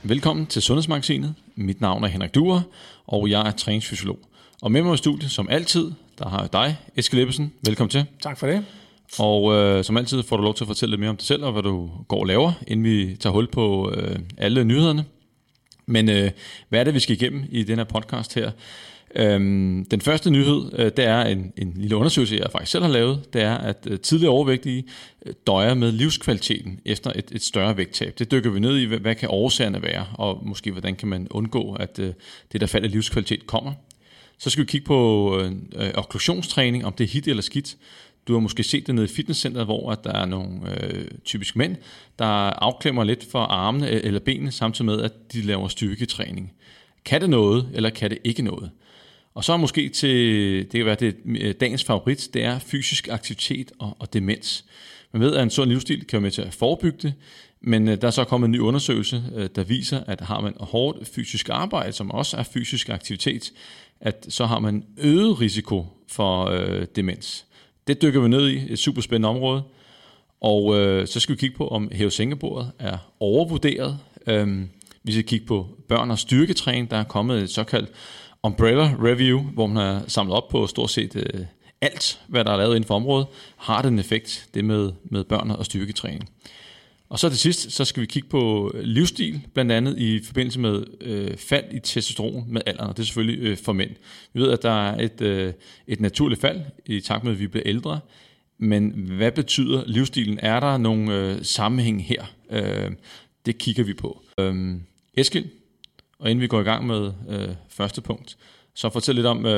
Velkommen til Sundhedsmagasinet. Mit navn er Henrik Duer, og jeg er træningsfysiolog. Og med mig i studiet, som altid, der har jeg dig, Eskild Ebbesen. Velkommen til. Tak for det. Og som altid får du lov til at fortælle lidt mere om dig selv, og hvad du går og laver, inden vi tager hul på alle nyhederne. Men hvad er det, vi skal igennem i den her podcast her? Den første nyhed, det er en lille undersøgelse, jeg faktisk selv har lavet. Det er, at tidligere overvægtige døjer med livskvaliteten efter et større vægttab. Det dykker vi ned i, hvad kan årsagerne være, og måske hvordan kan man undgå, at det der fald af livskvalitet kommer. Så skal vi kigge på okklusionstræning, om det er hit eller skidt. Du har måske set det nede i fitnesscenteret, hvor der er nogle typisk mænd, der afklemmer lidt for armene eller benene, samtidig med, at de laver styrketræning. Kan det noget, eller kan det ikke noget? Og så måske det kan være det dagens favorit, det er fysisk aktivitet og demens. Man ved, at en sund livsstil kan være med til at forebygge det, men der er så kommet en ny undersøgelse, der viser, at har man hårdt fysisk arbejde, som også er fysisk aktivitet, at så har man øget risiko for demens. Det dykker vi ned i, et super spændende område. Og så skal vi kigge på, om hæve-sænkebordet er overvurderet. Vi skal kigge på børn og styrketræning. Der er kommet et såkaldt Umbrella Review, hvor man har samlet op på stort set alt, hvad der er lavet inden for området. Har det en effekt, det med børn og styrketræning? Og så til sidst, så skal vi kigge på livsstil, blandt andet i forbindelse med fald i testosteron med alderen, og det er selvfølgelig for mænd. Vi ved, at der er et naturligt fald i takt med, at vi bliver ældre, men hvad betyder livsstilen? Er der nogle sammenhæng her? Det kigger vi på. Eskild, og inden vi går i gang med første punkt, så fortæl lidt om,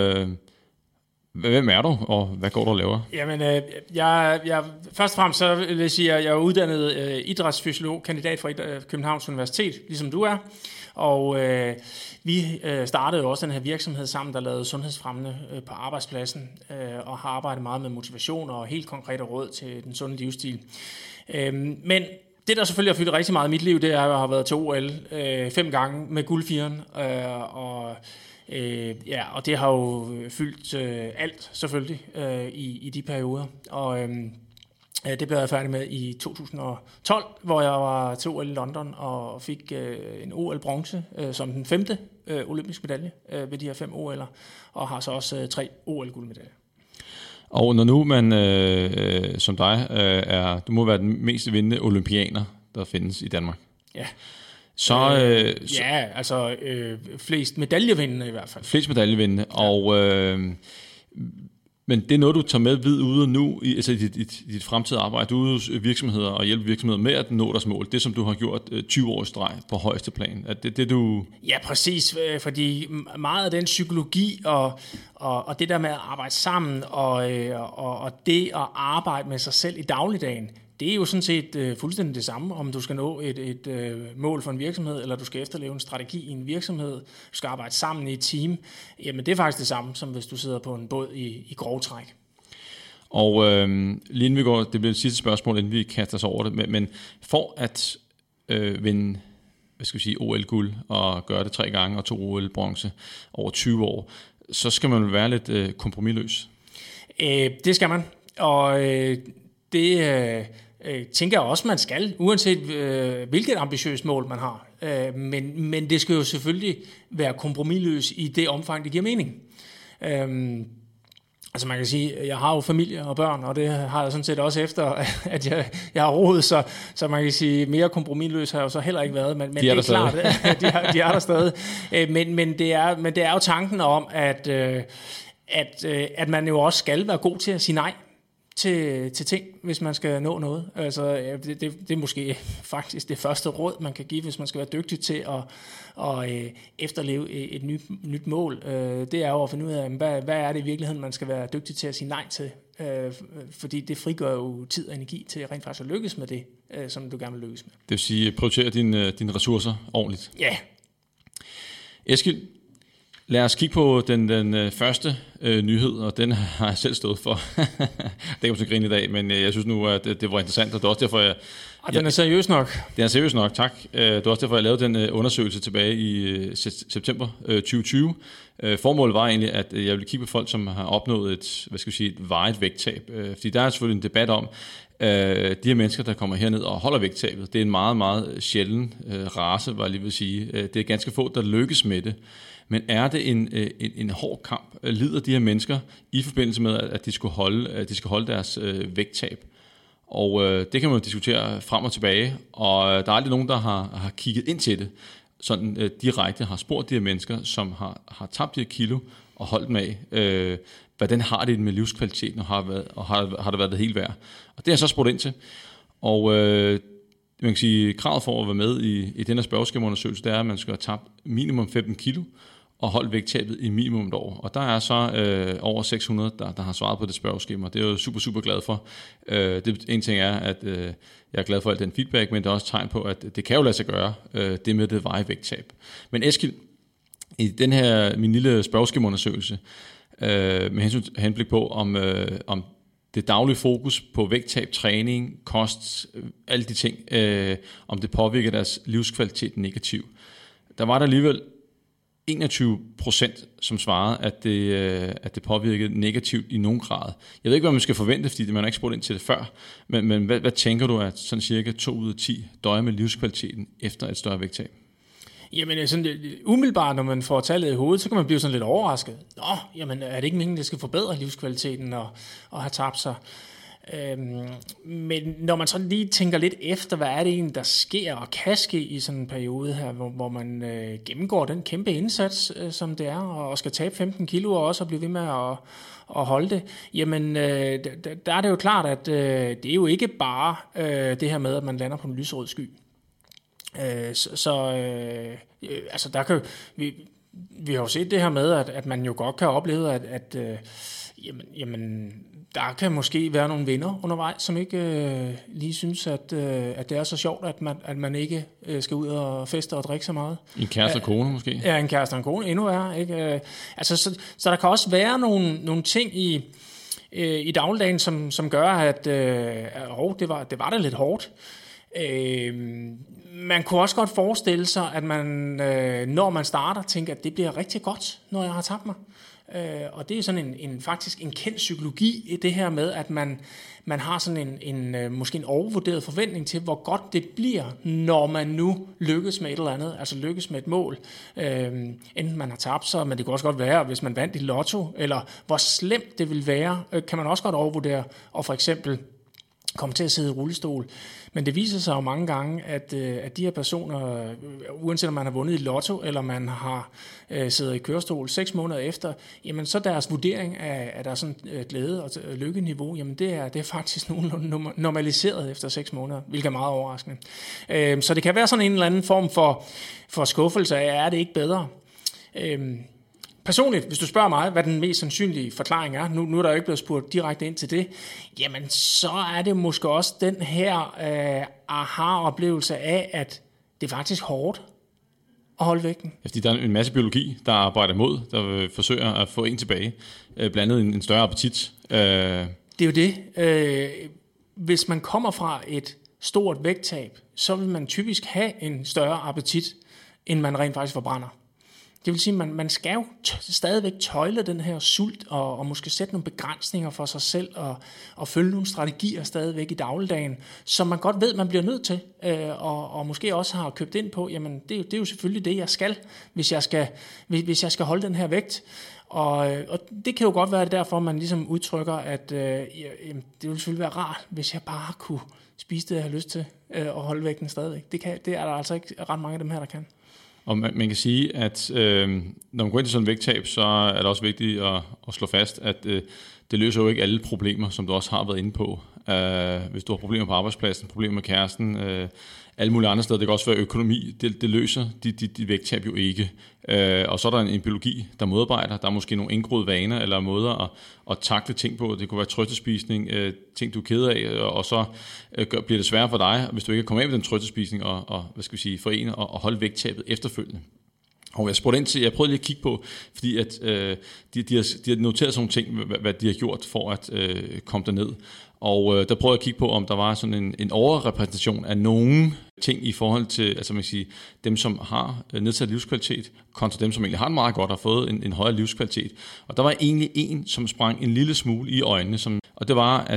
hvem er du, og hvad går du og laver? Jamen, jeg først og fremmest så vil jeg sige, at jeg er uddannet idrætsfysiolog, kandidat fra Københavns Universitet, ligesom du er. Og vi startede jo også den her virksomhed sammen, der lavede sundhedsfremmende på arbejdspladsen, og har arbejdet meget med motivation og helt konkrete råd til den sunde livsstil. Men det, der selvfølgelig har fyldt rigtig meget i mit liv, det er, at jeg har været til OL 5 gange med guldfireren, og det har jo fyldt alt selvfølgelig i de perioder. Og det blev jeg færdig med i 2012, hvor jeg var til OL i London og fik en OL-bronze som den 5. olympisk medalje ved de her 5 OL'er, og har så også 3 OL-guldmedaljer. Og når nu man som dig du må være den mest vindende olympianer, der findes i Danmark. Ja. Flest medaljevindende i hvert fald. Flest medaljevindende, ja. Og men det er noget, du tager med ude nu i dit fremtidige arbejde. Du er ude virksomheder og hjælper virksomheder med at nå deres mål. Det, som du har gjort 20 år i streg på højeste plan. Er det du... Ja, præcis. Fordi meget af den psykologi og det der med at arbejde sammen og det at arbejde med sig selv i dagligdagen, det er jo sådan set fuldstændig det samme, om du skal nå et mål for en virksomhed, eller du skal efterleve en strategi i en virksomhed, du skal arbejde sammen i et team. Jamen det er faktisk det samme, som hvis du sidder på en båd i grov træk. Og lige inden vi går, det bliver det sidste spørgsmål, inden vi kaster os over det, men for at vinde OL-guld og gøre det 3 gange og 2 OL-bronze over 20 år, så skal man være lidt kompromisløs. Det skal man, og det tænker jeg også, man skal, uanset hvilket ambitiøst mål man har. Men det skal jo selvfølgelig være kompromisløs i det omfang, det giver mening. Altså man kan sige, jeg har jo familie og børn, og det har jeg sådan set også efter, at jeg har roet, så man kan sige, mere kompromisløs har jeg jo så heller ikke været, men det er klart, de er der stadig. Men det er jo tanken om, at man jo også skal være god til at sige nej til ting, hvis man skal nå noget. Altså, det er måske faktisk det første råd, man kan give, hvis man skal være dygtig til at efterleve et nyt mål. Det er jo at finde ud af, hvad er det i virkeligheden, man skal være dygtig til at sige nej til. Fordi det frigør jo tid og energi til rent faktisk at lykkes med det, som du gerne vil lykkes med. Det vil sige, prioritere dine ressourcer ordentligt. Ja. Eskild, lad os kigge på den første nyhed, og den har jeg selv stået for. Det kan man så grine i dag, men jeg synes nu, at det var interessant, og det er også derfor, den er seriøs nok. Den er seriøs nok, tak. Det er også derfor, jeg lavede den undersøgelse tilbage i september 2020. Formålet var egentlig, at jeg ville kigge på folk, som har opnået et varigt vægttab. Fordi der er selvfølgelig en debat om, De her mennesker, der kommer herned og holder vægttabet, det er en meget, meget sjælden race, var jeg lige vil sige. Det er ganske få, der lykkes med det. Men er det en hård kamp? Lider de her mennesker i forbindelse med, at de skal holde deres vægttab? Og det kan man jo diskutere frem og tilbage, og der er aldrig nogen, der har kigget ind til det, sådan direkte har spurgt de her mennesker, som har tabt de her kilo og holdt dem af, hvordan har det med livskvaliteten, og har det været det helt værd? Og det har jeg så spurgt ind til, og man kan sige, kravet for at være med i den her spørgeskemaundersøgelse, det er, at man skal have tabt minimum 15 kilo, og holdt vægttabet i minimum et år. Og der er så over 600, der har svaret på det spørgeskema. Det er jeg jo super, super glad for. En ting er, at jeg er glad for al den feedback, men det er også tegn på, at det kan jo lade sig gøre, det med det veje vægttab. Men Eskild, i den her min lille spørgeskemaundersøgelse, med henblik på, om det daglige fokus på vægttab, træning, kost, alle de ting, om det påvirker deres livskvalitet negativt. Der var der alligevel 21%, som svarede, at det påvirkede negativt i nogen grad. Jeg ved ikke, hvad man skal forvente, fordi man har ikke spurgt ind til det før, men hvad tænker du, at sådan cirka 2 ud af 10 døjer med livskvaliteten efter et større vægttab? Jamen, sådan, umiddelbart, når man får tallet i hovedet, så kan man blive sådan lidt overrasket. Jamen, er det ikke meningen, at det skal forbedre livskvaliteten og have tabt sig? Men når man så lige tænker lidt efter, hvad er det egentlig, der sker og kan ske i sådan en periode her, hvor man gennemgår den kæmpe indsats, som det er, og skal tabe 15 kilo og også blive ved med at holde det, jamen der er det jo klart, at det er jo ikke bare det her med, at man lander på en lyserød sky. Altså der kan vi har jo set det her med, at man jo godt kan opleve, at jamen, der kan måske være nogle venner undervejs, som ikke lige synes, at det er så sjovt, at man ikke skal ud og feste og drikke så meget. En kæreste og kone måske? Ja, en kæreste og en kone, endnu værre. Ikke? Altså, så der kan også være nogle ting i dagligdagen, som gør, at det var da lidt hårdt. Man kunne også godt forestille sig, at man, når man starter, tænker, at det bliver rigtig godt, når jeg har tabt mig. Og det er sådan faktisk en kendt psykologi i det her med, at man har sådan måske en overvurderet forventning til, hvor godt det bliver, når man nu lykkes med et eller andet, altså lykkes med et mål. Enten man har tabt sig, men det kunne også godt være, hvis man vandt i lotto, eller hvor slemt det vil være, kan man også godt overvurdere, og for eksempel komme til at sidde i rullestol. Men det viser sig jo mange gange, at de her personer, uanset om man har vundet i lotto, eller man har siddet i kørestol 6 måneder efter, jamen så deres vurdering af deres sådan glæde og lykkeniveau, jamen det er faktisk nogenlunde normaliseret efter 6 måneder, hvilket er meget overraskende. Så det kan være sådan en eller anden form for skuffelse af, er det ikke bedre? Personligt, hvis du spørger mig, hvad den mest sandsynlige forklaring er, nu er der jo ikke blevet spurgt direkte ind til det, jamen så er det måske også den her aha-oplevelse af, at det er faktisk hårdt at holde vægten. Fordi der er en masse biologi, der arbejder mod, der forsøger at få en tilbage, blandt andet en større appetit. Det er jo det. Hvis man kommer fra et stort vægttab, så vil man typisk have en større appetit, end man rent faktisk forbrænder. Det vil sige, at man skal jo stadigvæk tøjle den her sult, og måske sætte nogle begrænsninger for sig selv, og følge nogle strategier stadigvæk i dagligdagen, som man godt ved, man bliver nødt til, og måske også har købt ind på, jamen det er jo selvfølgelig det, jeg skal, hvis jeg skal holde den her vægt. Og det kan jo godt være derfor, man ligesom udtrykker, at det ville selvfølgelig være rart, hvis jeg bare kunne spise det, jeg har lyst til, og holde vægten stadigvæk. Det er der altså ikke ret mange af dem her, der kan. Og man kan sige, at når man går ind til sådan en vægttab, så er det også vigtigt at slå fast, at det løser jo ikke alle problemer, som du også har været inde på. Hvis du har problemer på arbejdspladsen, problemer med kæresten, alle mulige andre steder, det kan også være økonomi, det løser de vægttab jo ikke. Og så er der en biologi, der modarbejder. Der er måske nogle indgroede vaner eller måder at takle ting på. Det kunne være trøstespisning, ting du er ked af, og så bliver det sværere for dig, hvis du ikke kan komme af med den trøstespisning og forene og holde vægttabet efterfølgende. Og jeg spurgte ind til, jeg prøvede lige at kigge på, fordi at de har noteret sådan nogle ting, hvad de har gjort for at komme derned. Og der prøvede jeg at kigge på, om der var sådan en overrepræsentation af nogle ting i forhold til, altså man kan sige, dem som har nedsat livskvalitet, kontra dem som egentlig har det meget godt og har fået en højere livskvalitet. Og der var egentlig en, som sprang en lille smule i øjnene, og det var, at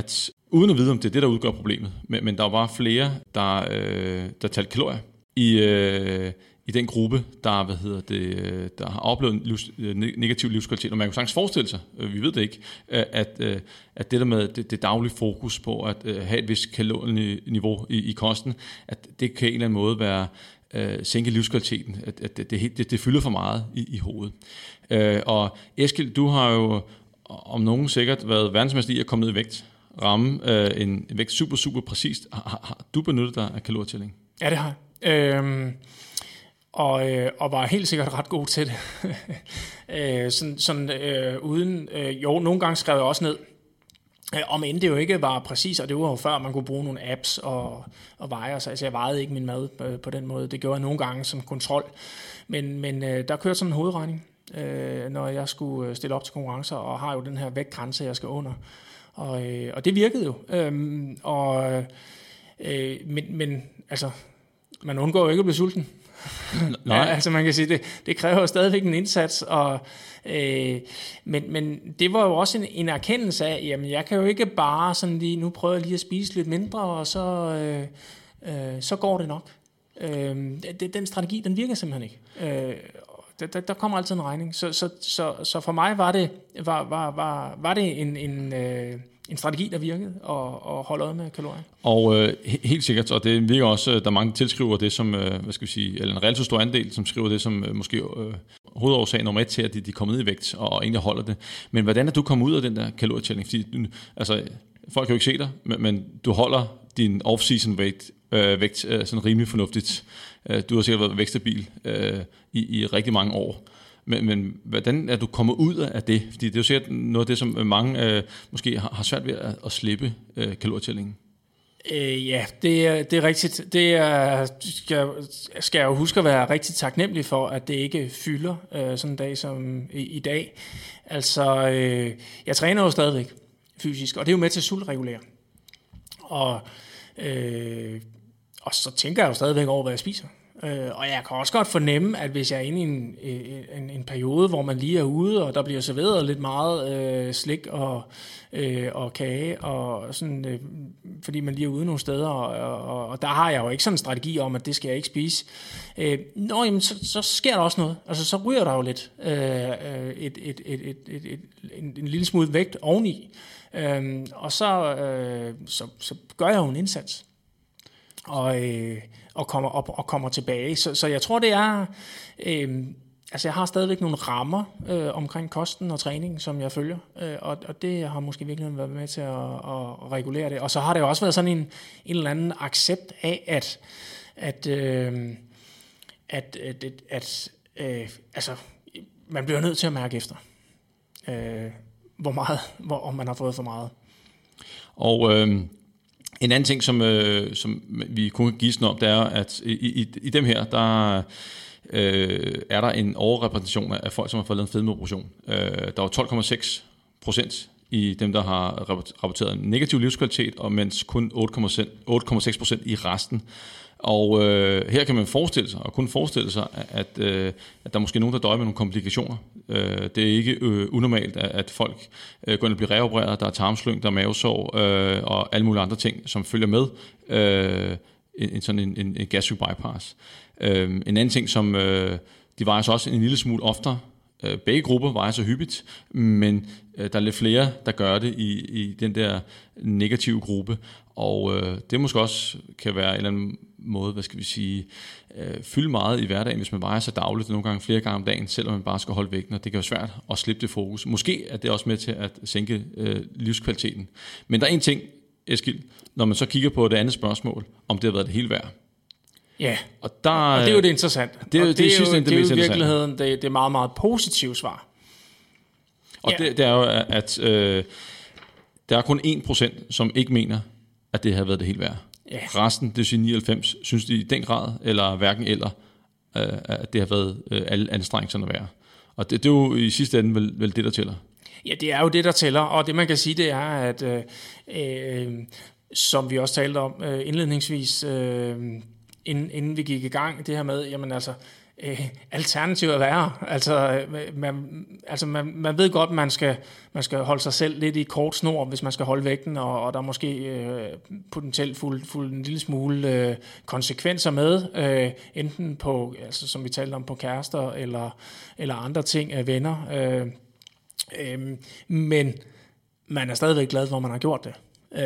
uden at vide, om det er det, der udgør problemet. Men der var bare flere, der talte kalorier i den gruppe, der har oplevet negativ livskvalitet. Og man kan sagtens forestille sig, vi ved det ikke, at det der med det daglige fokus på at have et vist kalorieniveau i kosten, at det kan en eller anden måde være sænke livskvaliteten, at det fylder for meget i hovedet. Og Eskild, du har jo om nogen sikkert været verdensmester i at komme ned i vægt, ramme en vægt super, super præcist. Har du benyttet dig af kalorietælling? Ja, det har jeg. Og var helt sikkert ret god til det. Uden... Jo, nogle gange skrev jeg også ned, om end det jo ikke var præcis, og det var jo før, man kunne bruge nogle apps og veje sig. Altså, jeg vejede ikke min mad på den måde. Det gjorde jeg nogle gange som kontrol. Men der kørte sådan en hovedregning, når jeg skulle stille op til konkurrencer, og har jo den her vægtgrænse, jeg skal under. Og det virkede jo. Men altså, man undgår jo ikke at blive sulten. Nej. Ja, altså man kan sige, det kræver jo stadigvæk en indsats, men det var jo også en erkendelse af, jamen jeg kan jo ikke bare sådan lige, nu prøver jeg lige at spise lidt mindre, og så går det nok. Den strategi, den virker simpelthen ikke. Der kommer altid en regning, så for mig var det en strategi, der virkede, og holde øje med kalorier. Og helt sikkert, og det virker også, der er mange tilskriver det som, eller en relativt stor andel, som skriver det som måske hovedårsag nummer 1 til, at de er kommet ned i vægt, og egentlig holder det. Men hvordan er du kommet ud af den der kalorietælling? Fordi, altså, folk kan jo ikke se dig, men du holder din off-season vægt sådan rimelig fornuftigt. Du har sikkert været vægtstabil i rigtig mange år. Men hvordan er du kommet ud af det? Fordi det er jo sikkert noget af det, som mange måske har svært ved at slippe kalorietællingen. Ja, det er rigtigt. Det skal jeg jo huske at være rigtig taknemmelig for, at det ikke fylder sådan en dag som i dag. Altså, jeg træner jo stadigvæk fysisk, og det er jo med til at sultregulere. Og så tænker jeg jo stadigvæk over, hvad jeg spiser. Og jeg kan også godt fornemme, at hvis jeg er inde i en periode, hvor man lige er ude, og der bliver serveret lidt meget slik og kage, og sådan, fordi man lige er ude nogle steder, og der har jeg jo ikke sådan en strategi om, at det skal jeg ikke spise. Jamen, så sker der også noget. Altså, så ryger der jo lidt en lille smule vægt oveni. Og så gør jeg jo en indsats. Og kommer tilbage. Så jeg tror, det er... altså, jeg har stadigvæk nogle rammer omkring kosten og træningen, som jeg følger. Og det har måske virkelig været med til at regulere det. Og så har det jo også været sådan en eller anden accept af, altså, man bliver nødt til at mærke efter, om man har fået for meget. Og... En anden ting, som vi kunne have gisne om, det er, at i dem her, der er der en overrepræsentation af folk, som har fået lavet en fedmeoperation. Der var 12,6% i dem, der har rapporteret en negativ livskvalitet, og mens kun 8,6% i resten. Og her kan man kun forestille sig, at der måske er nogen, der døjer med nogle komplikationer. Det er ikke unormalt, at folk går ind og bliver reopereret. Der er tarmslyng, der er mavesår og alle mulige andre ting, som følger med en gastric bypass. En anden ting, som de vejer så også en lille smule oftere. Begge grupper vejer så hyppigt, men der er lidt flere, der gør det i den der negative gruppe. Og det måske også kan være en eller anden måde, fylde meget i hverdagen, hvis man vejer sig dagligt, nogle gange flere gange om dagen, selvom man bare skal holde vægten, og det kan være svært at slippe det fokus. Måske er det også med til at sænke livskvaliteten. Men der er en ting, Eskild, når man så kigger på det andet spørgsmål, om det har været det hele værd. Ja, og det er jo det interessante. Det er jo i virkeligheden det meget, meget positive svar. Og det er jo, at der er kun 1%, som ikke mener, at det har været det hele værd. Ja. Resten, det vil sige 99, synes de i den grad, eller hverken eller, at det har været alle anstrengelserne værd. Og det er jo i sidste ende vel det, der tæller. Ja, det er jo det, der tæller, og det man kan sige, det er, at som vi også talte om indledningsvis, inden vi gik i gang, det her med, jamen altså, alternativet værre. Man ved godt, man skal holde sig selv lidt i kort snor, hvis man skal holde vægten, og der er måske potentielt fuldt en lille smule konsekvenser med, enten på, altså som vi talte om, på kærester eller andre ting af venner. Men man er stadigvæk glad, hvor man har gjort det.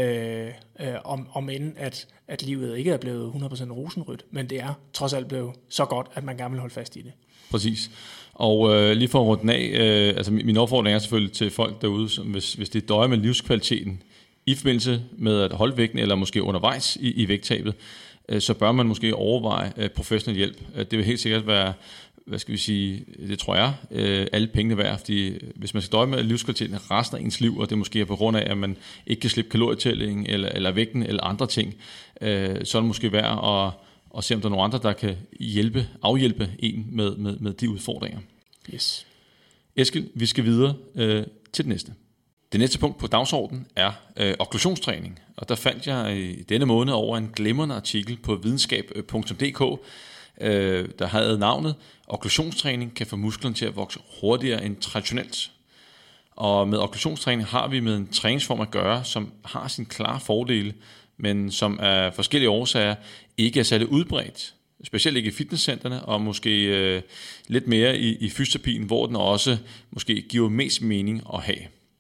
Om end at livet ikke er blevet 100% rosenrødt, men det er trods alt blevet så godt, at man gerne vil holde fast i det. Præcis. Og lige for at runde af, altså min opfordring er selvfølgelig til folk derude, som hvis det døjer med livskvaliteten i forbindelse med at holde vægten, eller måske undervejs i vægttabet, så bør man måske overveje professionel hjælp. Det vil helt sikkert være, hvad skal vi sige, det tror jeg, alle pengene værd, fordi hvis man skal døje med livskvaliteten resten af ens liv, og det måske er på grund af, at man ikke kan slippe kalorietælling, eller vægten, eller andre ting, så er det måske værd at se, om der er nogle andre, der kan afhjælpe en med de udfordringer. Yes. Eskild, vi skal videre til det næste. Det næste punkt på dagsordenen er okklusionstræning, og der fandt jeg i denne måned over en glimrende artikel på videnskab.dk, der havde navnet okklusionstræning kan få musklerne til at vokse hurtigere end traditionelt. Og med okklusionstræning har vi med en træningsform at gøre, som har sin klare fordele, men som af forskellige årsager ikke er særlig udbredt. Specielt ikke i fitnesscentrene, og måske lidt mere i fysioterapien, hvor den også måske giver mest mening at have.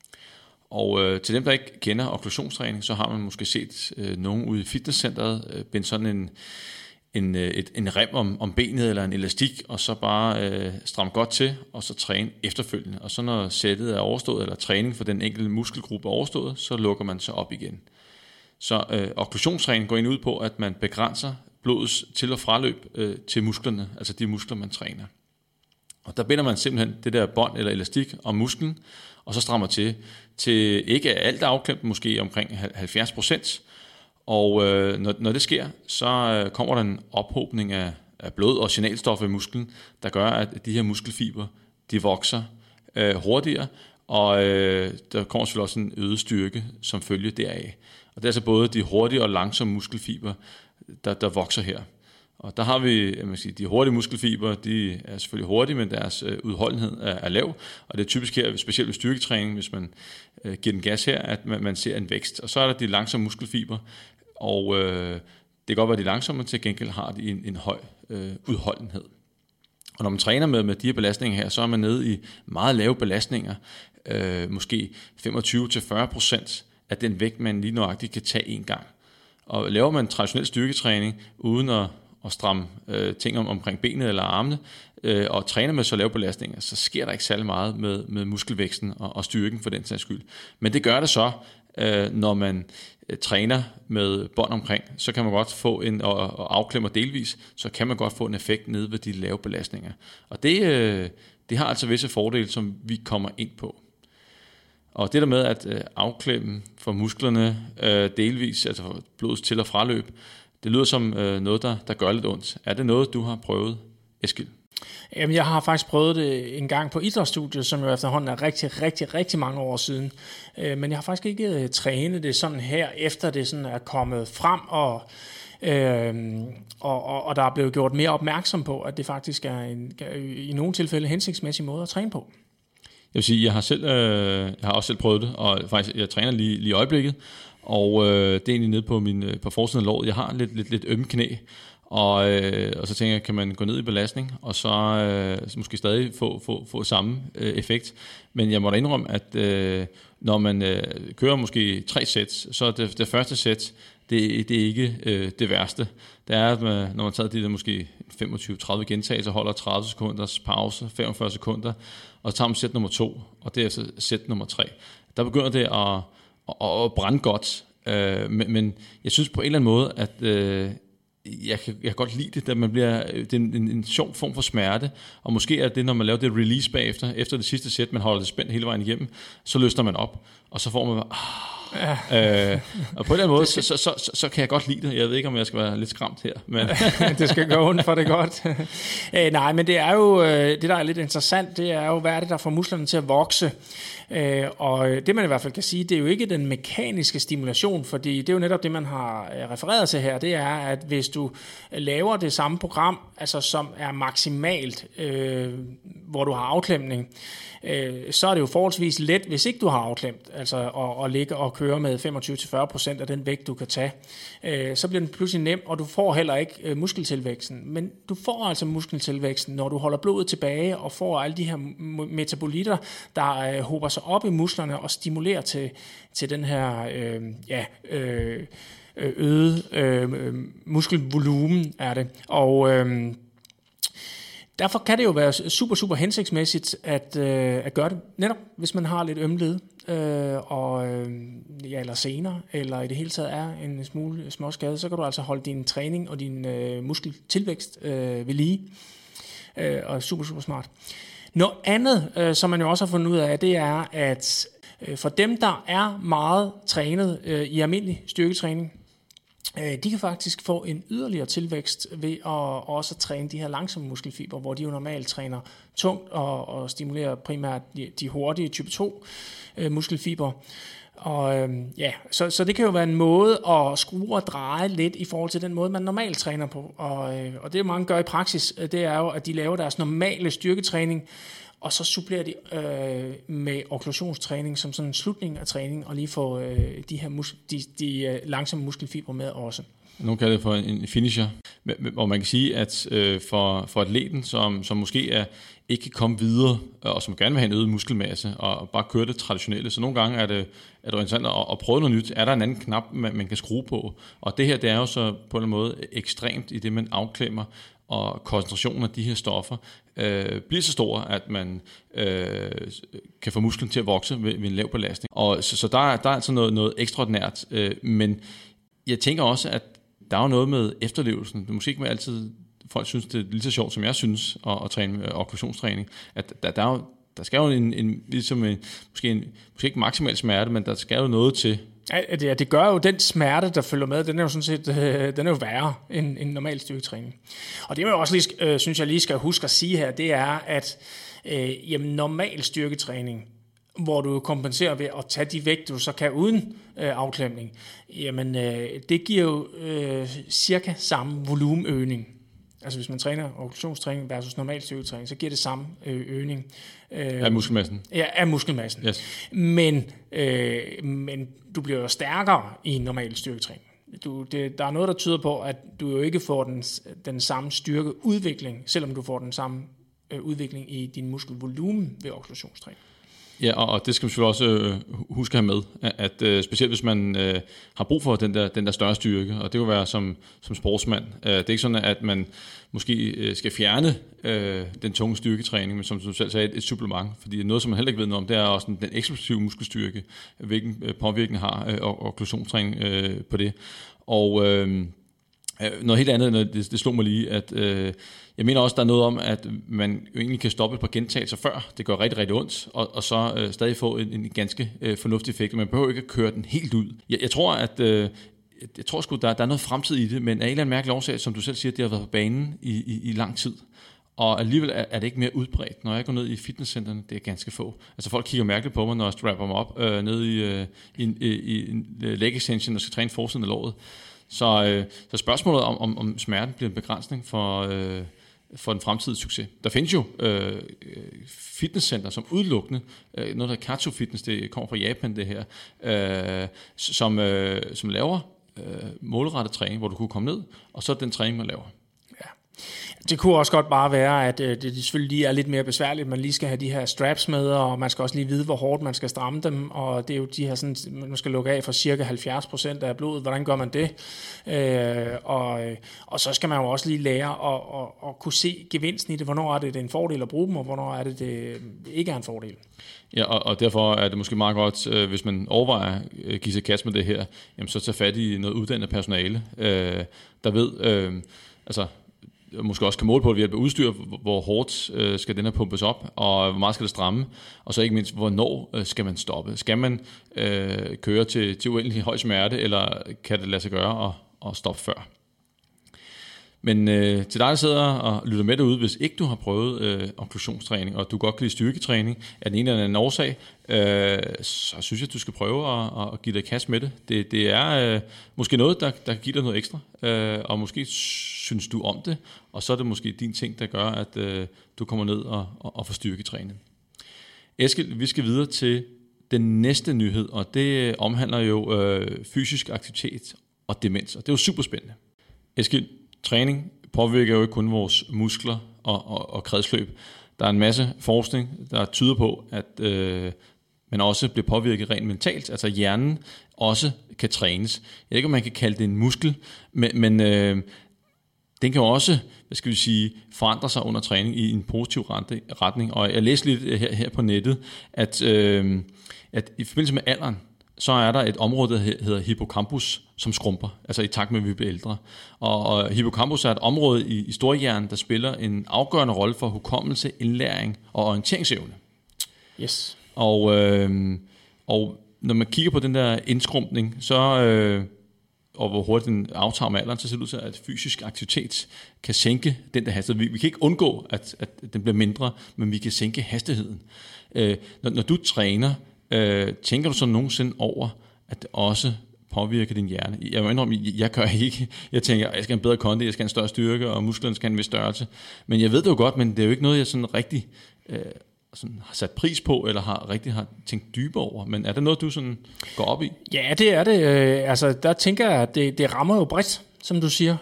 Og til dem, der ikke kender okklusionstræning, så har man måske set nogen ude i fitnesscenteret binde sådan en rem om benet eller en elastik, og så bare stramme godt til, og så træne efterfølgende. Og så når sættet er overstået, eller træning for den enkelte muskelgruppe er overstået, så lukker man sig op igen. Så okklusionstræning går ind ud på, at man begrænser blodets til- og fraløb til musklerne, altså de muskler, man træner. Og der binder man simpelthen det der bånd eller elastik om musklen, og så strammer til ikke alt afklemt, måske omkring 70%. Og når det sker, så kommer der en ophobning af blod og signalstoffer i musklen, der gør, at de her muskelfiber, de vokser hurtigere, og der kommer selvfølgelig også en øget styrke som følge deraf. Og det er altså både de hurtige og langsomme muskelfiber, der vokser her. Og der har vi, de hurtige muskelfiber, de er selvfølgelig hurtige, men deres udholdenhed er lav. Og det er typisk her, specielt ved styrketræning, hvis man giver den gas her, at man ser en vækst. Og så er der de langsomme muskelfiber, og det kan godt være, de langsomme, men til gengæld har de en høj udholdenhed. Og når man træner med de her belastninger her, så er man nede i meget lave belastninger, måske 25-40% af den vægt, man lige nøjagtigt kan tage en gang. Og laver man traditionel styrketræning, uden at stramme ting omkring benet eller armene, og træner med så lave belastninger, så sker der ikke særlig meget med muskelvæksten og styrken for den sags skyld. Men det gør det så, når man træner med bånd omkring, så kan man godt få og afklemmer delvis, så kan man godt få en effekt nede ved de lave belastninger. Og det har altså visse fordele, som vi kommer ind på. Og det der med at afklemme for musklerne delvis, altså blodets til- og fraløb, det lyder som noget, der gør lidt ondt. Er det noget, du har prøvet, Eskild? Jamen, jeg har faktisk prøvet det en gang på idrætsstudiet, som jo efterhånden er rigtig mange år siden. Men jeg har faktisk ikke trænet det sådan her, efter det sådan er kommet frem, og der er blevet gjort mere opmærksom på, at det faktisk er i nogle tilfælde hensigtsmæssig måde at træne på. Jeg vil sige, jeg har også selv prøvet det, og faktisk jeg træner lige i øjeblikket, og det er egentlig nede på forsiden af låret. Jeg har lidt ømme knæ, og så tænker jeg, kan man gå ned i belastning, og så måske stadig få samme effekt. Men jeg må da indrømme, at når man kører måske 3 sæt, så det første sæt, det er ikke det værste. Det er, at når man tager de der måske 25-30 gentagelser, holder 30 sekunders pause, 45 sekunder, og så tager man sæt nummer 2, og det er altså sæt nummer 3. Der begynder det at brænde godt, men jeg synes på en eller anden måde, at jeg kan godt lide det, at man bliver, det er en sjov form for smerte, og måske er det, når man laver det release bagefter, efter det sidste sæt, man holder det spændt hele vejen igennem, så løsner man op, og så får man Ja. Og på en eller anden måde, så kan jeg godt lide det. Jeg ved ikke, om jeg skal være lidt skræmt her. Men det skal gå ondt for det godt. Nej, men det er jo, det der er lidt interessant, det er jo, hvad er det, der får musklerne til at vokse? Og det man i hvert fald kan sige, det er jo ikke den mekaniske stimulation, fordi det er jo netop det, man har refereret til her, det er, at hvis du laver det samme program, altså som er maksimalt, hvor du har afklemning, så er det jo forholdsvis let, hvis ikke du har afklemt, altså at ligge og køre med 25-40% af den vægt, du kan tage. Så bliver den pludselig nem, og du får heller ikke muskeltilvæksten. Men du får altså muskeltilvæksten, når du holder blodet tilbage og får alle de her metabolitter, der hober sig op i musklerne og stimulerer til den her øget muskelvolumen er det. Og derfor kan det jo være super, super hensigtsmæssigt at gøre det, netop hvis man har lidt ømled, eller sener, eller i det hele taget er en smule småskade, så kan du altså holde din træning og din muskeltilvækst ved lige, og super, super smart. Noget andet, som man jo også har fundet ud af, det er, at for dem, der er meget trænet i almindelig styrketræning, de kan faktisk få en yderligere tilvækst ved at også træne de her langsomme muskelfiber, hvor de jo normalt træner tungt og stimulerer primært de hurtige type 2 muskelfiber. Og så det kan jo være en måde at skrue og dreje lidt i forhold til den måde, man normalt træner på. Og det, mange gør i praksis, det er jo, at de laver deres normale styrketræning, og så supplerer de med okklusionstræning som sådan en slutning af træning, og lige få de her de langsomme muskelfibre med også. Nogle kalder det for en finisher, hvor man kan sige, at for atleten, som måske ikke kan komme videre, og som gerne vil have en øget muskelmasse, og bare køre det traditionelle, så nogle gange er det interessant at prøve noget nyt. Er der en anden knap, man kan skrue på? Og det her, det er jo så på en måde ekstremt i det, man afklemmer, og koncentrationen af de her stoffer bliver så stor, at man kan få musklen til at vokse ved en lav belastning. Og så der er altså noget ekstraordinært, men jeg tænker også, at der er jo noget med efterlevelsen. Det er måske ikke med altid, folk synes, det er lige så sjovt, som jeg synes, at træne okklusionstræning, at der skal jo måske ikke maksimal smerte, men der skal jo noget til. Ja, det gør jo den smerte, der følger med, den er jo sådan set den er jo værre end normal styrketræning. Og det er jo også lige, synes jeg lige skal huske at sige her, det er, at normal styrketræning, hvor du kompenserer ved at tage de vægte, du så kan uden afklemning, jamen det giver jo cirka samme volumenøgning. Altså hvis man træner okklusionstræning versus normal styrketræning, så giver det samme øgning. Af muskelmassen? Ja, af muskelmassen. Yes. Men du bliver jo stærkere i normal styrketræning. Der er noget, der tyder på, at du jo ikke får den samme styrkeudvikling, selvom du får den samme udvikling i din muskelvolumen ved okklusionstræning. Ja, og det skal man selvfølgelig også huske at have med, at specielt hvis man har brug for den der større styrke, og det vil være som sportsmand. Det er ikke sådan, at man måske skal fjerne den tunge styrketræning, men som du selv sagde, et supplement, fordi noget, som man heller ikke ved noget om, det er også den eksplosive muskelstyrke, hvilken påvirkning har okklusionstræning på det. Og noget helt andet, det slog mig lige, at jeg mener også, der er noget om, at man jo egentlig kan stoppe et par gentagelser før. Det gør rigtig, rigtig ondt, og så stadig få en ganske fornuftig effekt. Man behøver ikke at køre den helt ud. Jeg tror sgu, der er noget fremtid i det, men af en eller anden mærkelig årsag, som du selv siger, det har været på banen i lang tid. Og alligevel er det ikke mere udbredt. Når jeg går ned i fitnesscentrene, det er ganske få. Altså folk kigger mærkeligt på mig, når jeg strapper mig op nede i en leg extension, og skal træne forsiden af låret. Så spørgsmålet om smerten bliver en begrænsning for den fremtidige succes. Der findes jo fitnesscenter, som udelukkende, noget der Katsu Fitness, det kommer fra Japan det her, som laver målrettet træning, hvor du kunne komme ned, og så den træning, man laver. Det kunne også godt bare være, at det selvfølgelig lige er lidt mere besværligt. Man lige skal have de her straps med, og man skal også lige vide, hvor hårdt man skal stramme dem. Og det er jo de her sådan, man skal lukke af for cirka 70% af blodet. Hvordan gør man det? Og så skal man jo også lige lære at kunne se gevinsten i det. Hvornår er det en fordel at bruge dem, og hvornår er det ikke er en fordel. Ja, og derfor er det måske meget godt, hvis man overvejer at give sig kast med det her, jamen så tage fat i noget uddannet personale, der ved, måske også kan måle på ved hjælp af udstyr, hvor hårdt skal den her pumpes op, og hvor meget skal det stramme, og så ikke mindst, hvornår skal man stoppe. Skal man køre til uendelig høj smerte, eller kan det lade sig gøre at stoppe før? Men til dig, der sidder og lytter med derude, hvis ikke du har prøvet okklusionstræning, og du godt kan lide styrketræning af den ene eller anden årsag, så synes jeg, at du skal prøve at give dig kast med det. Det er måske noget, der kan give dig noget ekstra, og måske synes du om det, og så er det måske din ting, der gør, at du kommer ned og får styrketrænet. Eskild, vi skal videre til den næste nyhed, og det omhandler jo fysisk aktivitet og demens, og det er jo super spændende. Eskild, træning påvirker jo ikke kun vores muskler og kredsløb. Der er en masse forskning, der tyder på, at man også bliver påvirket rent mentalt. Altså hjernen også kan trænes. Jeg ved ikke, om man kan kalde det en muskel, men den kan jo også, forandre sig under træning i en positiv retning. Og jeg læste lidt her på nettet, at i forbindelse med alderen, så er der et område, der hedder hippocampus, som skrumper, altså i takt med, at vi bliver ældre. Og hippocampus er et område i storhjernen, der spiller en afgørende rolle for hukommelse, indlæring og orienteringsevne. Yes. Og når man kigger på den der indskrumpning, så og hvor hurtigt den aftager med alderen, så ser det ud til, at fysisk aktivitet kan sænke den der hastighed. Vi kan ikke undgå, at den bliver mindre, men vi kan sænke hastigheden. Når du træner, tænker du så nogensinde over, at det også påvirker din hjerne? Jeg må indrømme, jeg gør ikke. Jeg tænker, jeg skal have en bedre kondi, jeg skal have en større styrke, og musklerne skal have en vis størrelse. Men jeg ved det jo godt, men det er jo ikke noget, jeg sådan rigtig sådan har sat pris på, eller har tænkt dybere over. Men er det noget, du sådan går op i? Ja, det er det. Altså, der tænker jeg, at det rammer jo bredt, som du siger.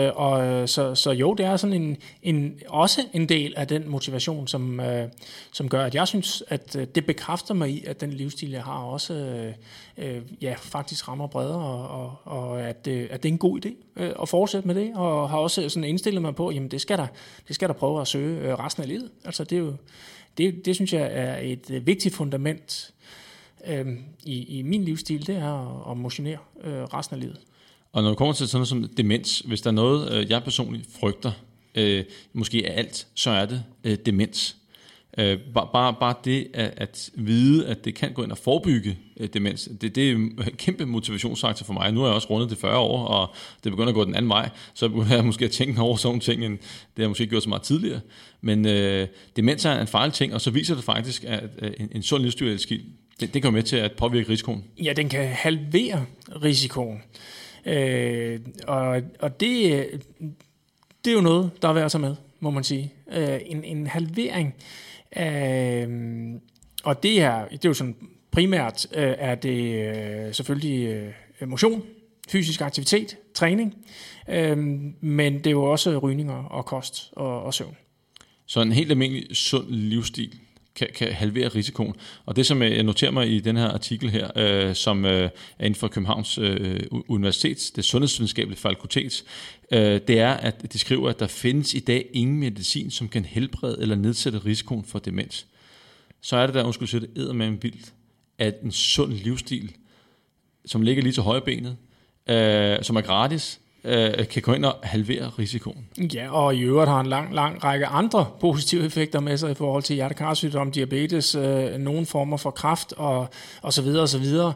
Så jo, det er sådan også en del af den motivation, som gør, at jeg synes, at det bekræfter mig i, at den livsstil, jeg har, også faktisk rammer bredere, og at det er en god idé at fortsætte med det, og har også sådan indstillet mig på, jamen det skal der prøve at søge resten af livet. Altså det er jo det synes jeg er et vigtigt fundament i min livsstil, det er at motionere resten af livet. Og når det kommer til sådan noget som demens, hvis der er noget, jeg personligt frygter, måske af alt, så er det demens. Bare det at vide, at det kan gå ind og forebygge demens, det er en kæmpe motivationsfaktor for mig. Nu er jeg også rundet til 40 år, og det begynder at gå den anden vej, så begynder jeg måske at tænke over sådan ting, end det har måske gjort så meget tidligere. Men demens er en farlig ting, og så viser det faktisk, at en sund livsstil, det kommer med til at påvirke risikoen. Ja, den kan halvere risikoen. Og det er jo noget, der er værd at tage med, må man sige. En halvering, og det er jo sådan primært, er det selvfølgelig motion, fysisk aktivitet, træning, men det er jo også rygning og kost og søvn. Så en helt almindelig sund livsstil kan halvere risikoen. Og det, som jeg noterer mig i den her artikel her, som er inden for Københavns Universitets, det sundhedsvidenskabelige fakultet, det er, at de skriver, at der findes i dag ingen medicin, som kan helbrede eller nedsætte risikoen for demens. Så er det der, undskyld sige det, eddermame vildt, at en sund livsstil, som ligger lige til højrebenet, som er gratis, kan gå ind og halvere risikoen. Ja, og i øvrigt har en lang række andre positive effekter med sig i forhold til hjertekarsygdom, diabetes, nogle former for kræft og så videre og så videre.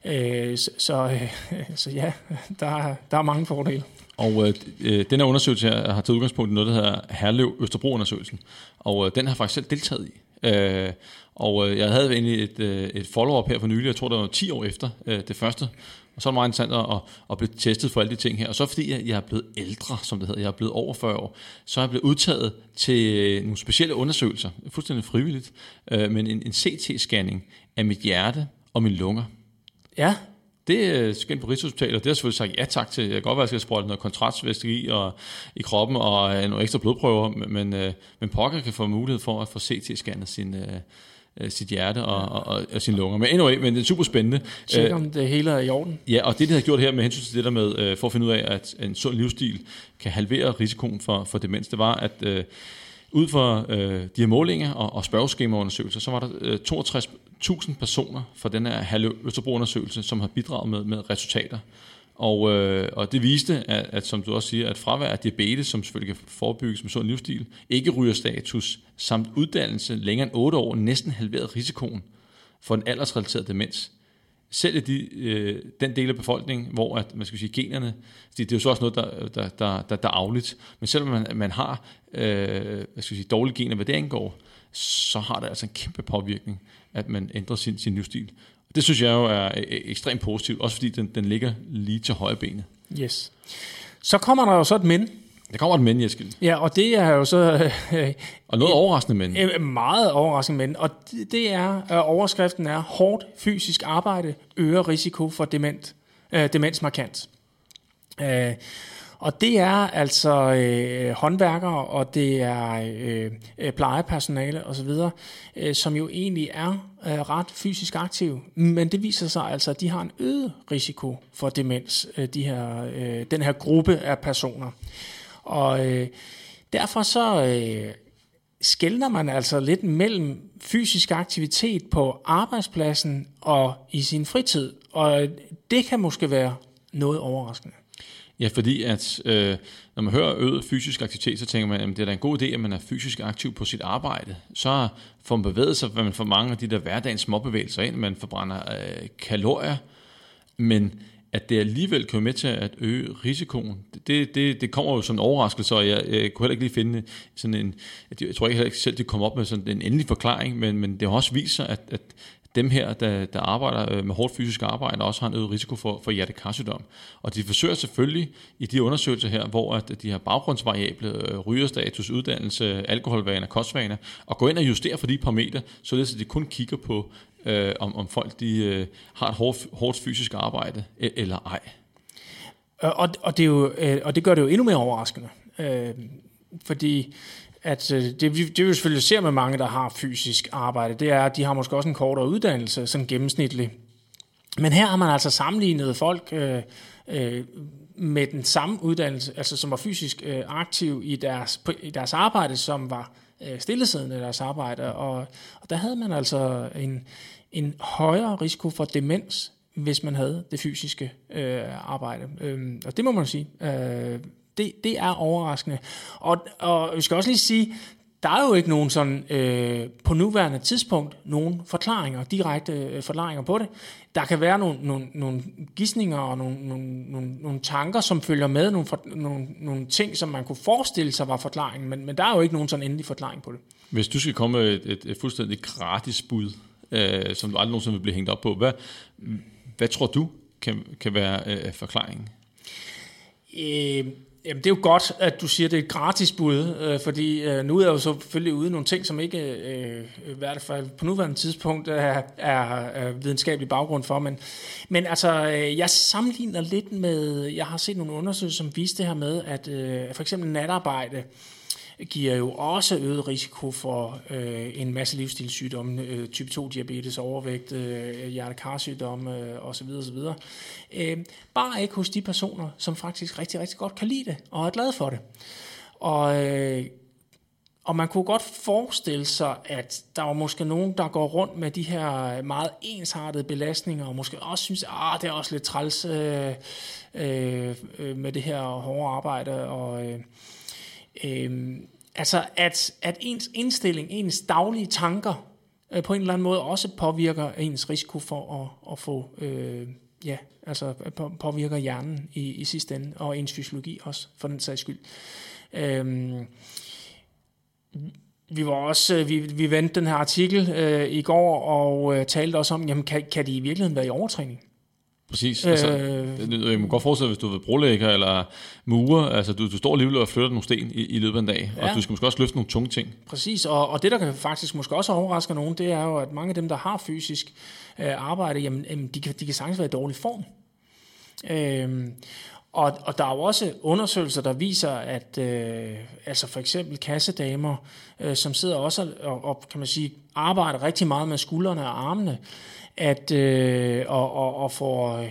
Så ja, der er mange fordele. Og den her undersøgelse her har taget udgangspunkt i noget, der hedder Herlev-Østerbro-undersøgelsen, og den har jeg faktisk selv deltaget i. Og jeg havde egentlig et follow-up her for nylig, jeg tror det var 10 år efter det første. Og så er det meget interessant at blive testet for alle de ting her. Og så fordi jeg er blevet ældre, som det hedder, jeg er blevet over 40 år, så er jeg blevet udtaget til nogle specielle undersøgelser, fuldstændig frivilligt, men en CT-scanning af mit hjerte og mine lunger. Ja. Det skal ind på Rigshospitalet, og det har jeg selvfølgelig sagt ja tak til. Jeg kan godt være, at jeg skal sprøjte noget kontrastvæske i kroppen og nogle ekstra blodprøver, men pokker kan få mulighed for at få CT-scannet sit hjerte og sine lunger. Men anyway, men det er super spændende. Tjek om det hele er i orden. Ja, og det har gjort her med hensyn til det der med, for at finde ud af, at en sund livsstil kan halvere risikoen for demens, det var, at ud fra de her målinger og spørgeskemaundersøgelser, så var der 62.000 personer fra den her Herlev Østerbro-undersøgelse, som har bidraget med resultater. Og det viste, at som du også siger, at fravær af diabetes, som selvfølgelig kan forebygges med sund livsstil, ikke rygerstatus, samt uddannelse længere end 8 år, næsten halveret risikoen for en aldersrelateret demens. Selv i den del af befolkningen, hvor at, man skal sige, generne, det er jo så også noget, der er arveligt, men selvom man har dårlige gener, hvad det angår, så har det altså en kæmpe påvirkning, at man ændrer sin livsstil. Det synes jeg jo er ekstremt positivt, også fordi den ligger lige til højre benet. Yes. Så kommer der jo så et men. Der kommer et men, Eskild. Ja, og det er jo så... og noget overraskende men. Meget overraskende men. Og det er, overskriften er, hårdt fysisk arbejde øger risiko for demens markant. Og det er altså håndværkere, og det er plejepersonale osv., som jo egentlig er ret fysisk aktive. Men det viser sig altså, at de har en øget risiko for demens, den her gruppe af personer. Og derfor så skelner man altså lidt mellem fysisk aktivitet på arbejdspladsen og i sin fritid. Og det kan måske være noget overraskende. Ja, fordi at når man hører øget fysisk aktivitet, så tænker man, at det er da en god idé, at man er fysisk aktiv på sit arbejde. Så får man bevæget sig, man får mange af de der hverdagens småbevægelser ind, man forbrænder kalorier, men at det alligevel kommer med til at øge risikoen, det kommer jo som en overraskelse, og jeg kunne heller ikke lige finde sådan en, jeg tror ikke heller selv, det kommer op med sådan en endelig forklaring, men det har også vist sig, at dem her, der arbejder med hårdt fysisk arbejde, også har en øget risiko for hjertekarsygdom. Og de forsøger selvfølgelig i de undersøgelser her, hvor at de har baggrundsvariable, rygerstatus, uddannelse, alkoholvaner, kostvaner, og gå ind og justere for de parametre, således at de kun kigger på, om folk de har et hårdt fysisk arbejde eller ej. Og det gør det jo endnu mere overraskende, fordi at det vi selvfølgelig ser med mange, der har fysisk arbejde, det er, at de har måske også en kortere uddannelse, sådan gennemsnitlig. Men her har man altså sammenlignet folk med den samme uddannelse, altså som var fysisk aktiv i deres arbejde, som var stillesiddende i deres arbejde. Og der havde man altså en højere risiko for demens, hvis man havde det fysiske arbejde. Og det må man sige. Det er overraskende. Og vi skal også lige sige, der er jo ikke nogen sådan, på nuværende tidspunkt, nogen forklaringer, direkte forklaringer på det. Der kan være nogle gidsninger og nogle tanker, som følger med, nogle ting, som man kunne forestille sig var forklaringen, men der er jo ikke nogen sådan endelig forklaring på det. Hvis du skal komme med et fuldstændig gratis bud, som du aldrig nogensinde vil blive hængt op på, hvad tror du kan være forklaringen? Jamen, det er jo godt, at du siger, at det er et gratis bud, fordi nu er jeg jo selvfølgelig ude nogle ting, som ikke i hvert fald på nuværende tidspunkt er videnskabelig baggrund for, men altså, jeg sammenligner lidt med, jeg har set nogle undersøgelser, som viste det her med, at for eksempel natarbejde giver jo også øget risiko for en masse livsstilssygdomme, type 2 diabetes, overvægt, hjertekarsygdomme osv. osv. Bare ikke hos de personer, som faktisk rigtig, rigtig godt kan lide det og er glade for det. Og man kunne godt forestille sig, at der var måske nogen, der går rundt med de her meget ensartede belastninger, og måske også synes, det er også lidt træls med det her hårde arbejde, og altså at ens indstilling, ens daglige tanker på en eller anden måde også påvirker ens risiko for at få, påvirker hjernen i sidste ende, og ens fysiologi også, for den sags skyld. Vi vendte den her artikel i går og talte også om, jamen kan de i virkeligheden være i overtræning? Præcis. Altså, jeg må godt forestille, hvis du er brolægger eller murer, altså du står alligevel og flytter nogle sten i løbet af en dag, og du skal måske også løfte nogle tunge ting. Præcis, og det der kan faktisk måske også overraske nogen, det er jo, at mange af dem, der har fysisk arbejde, jamen de kan sagtens være i dårlig form. Og der er jo også undersøgelser, der viser, at altså for eksempel kassedamer, som sidder også og kan man sige, arbejder rigtig meget med skuldrene og armene, og får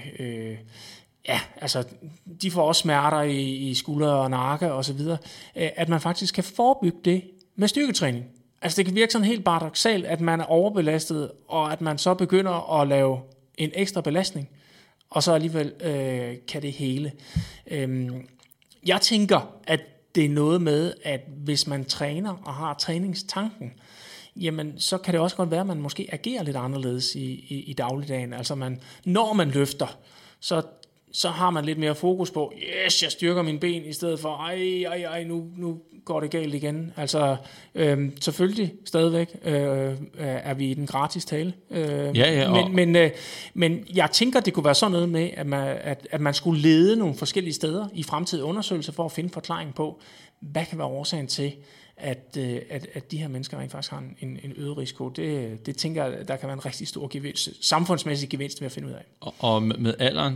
de får også smerter i skuldre og nakke og så videre, at man faktisk kan forebygge det med styrketræning. Altså det kan virke sådan helt paradoksalt, at man er overbelastet, og at man så begynder at lave en ekstra belastning. og så alligevel kan det hele. Jeg tænker, at det er noget med, at hvis man træner og har træningstanken, jamen så kan det også godt være, at man måske agerer lidt anderledes i dagligdagen. Altså når man løfter, så har man lidt mere fokus på, yes, jeg styrker mine ben, i stedet for, nu går det galt igen. Altså, selvfølgelig stadigvæk er vi i den gratis tale. Men jeg tænker, det kunne være sådan noget med, at man skulle lede nogle forskellige steder i fremtidige undersøgelser, for at finde forklaring på, hvad kan være årsagen til, at de her mennesker rent faktisk har en øget risiko. Det tænker jeg, der kan være en rigtig stor samfundsmæssig gevinst ved at finde ud af. Og med alderen,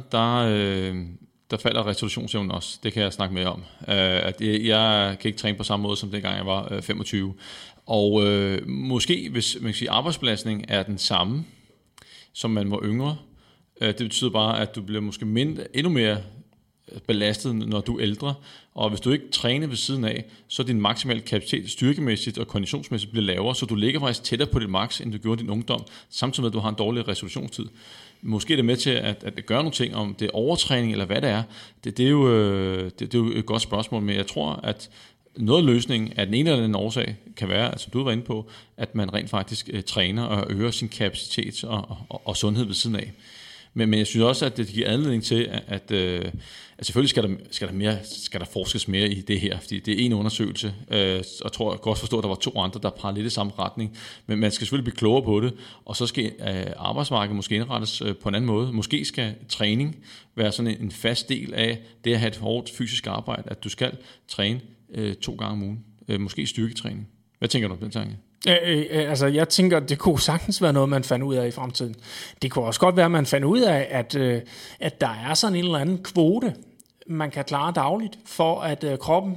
der falder restitutionsevnen også. Det kan jeg snakke mere om. At jeg kan ikke træne på samme måde, som dengang jeg var 25. Og måske, hvis man kan sige, arbejdsbelastning er den samme, som man var yngre, det betyder bare, at du bliver måske endnu mere belastet, når du er ældre, og hvis du ikke træner ved siden af, så din maksimale kapacitet styrkemæssigt og konditionsmæssigt bliver lavere, så du ligger faktisk tættere på dit max, end du gjorde i din ungdom, samtidig med, at du har en dårlig resolutionstid. Måske er det med til at gøre nogle ting, om det er overtræning eller hvad det er. Det er jo et godt spørgsmål, men jeg tror, at noget af løsningen af den ene eller anden årsag kan være, altså du var inde på, at man rent faktisk træner og øger sin kapacitet og sundhed ved siden af. Men jeg synes også, at det giver anledning til, at selvfølgelig skal der forskes mere i det her, fordi det er en undersøgelse, og jeg tror jeg godt forstå, at der var 2 andre, der peger lidt i samme retning, men man skal selvfølgelig blive klogere på det, og så skal arbejdsmarkedet måske indrettes på en anden måde. Måske skal træning være sådan en fast del af det at have et hårdt fysisk arbejde, at du skal træne 2 gange om ugen, måske styrketræning. Hvad tænker du om den tanke? Altså, jeg tænker, det kunne sagtens være noget, man fandt ud af i fremtiden. Det kunne også godt være, at man fandt ud af, at der er sådan en eller anden kvote, man kan klare dagligt, for at kroppen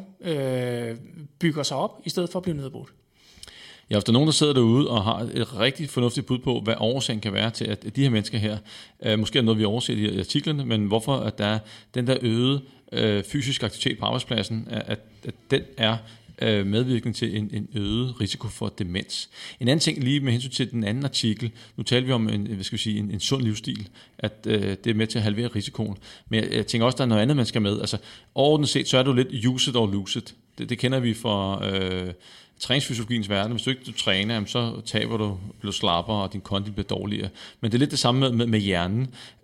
bygger sig op, i stedet for at blive nedbrudt. Ja, hvis der er nogen, der sidder derude og har et rigtig fornuftigt bud på, hvad årsagen kan være til, at de her mennesker her, måske er noget, vi overser i artiklerne, men hvorfor at der er den der øgede fysisk aktivitet på arbejdspladsen, at den er medvirkning til en øget risiko for demens. En anden ting lige med hensyn til den anden artikel, nu taler vi om en sund livsstil, at det er med til at halvere risikoen. Men jeg tænker også, der er noget andet, man skal med. Altså overordnet set, så er du lidt use it or lose it. Det kender vi fra træningsfysiologiens verden. Hvis du ikke træner, så taber du, bliver slappere, og din kondi bliver dårligere. Men det er lidt det samme med hjernen.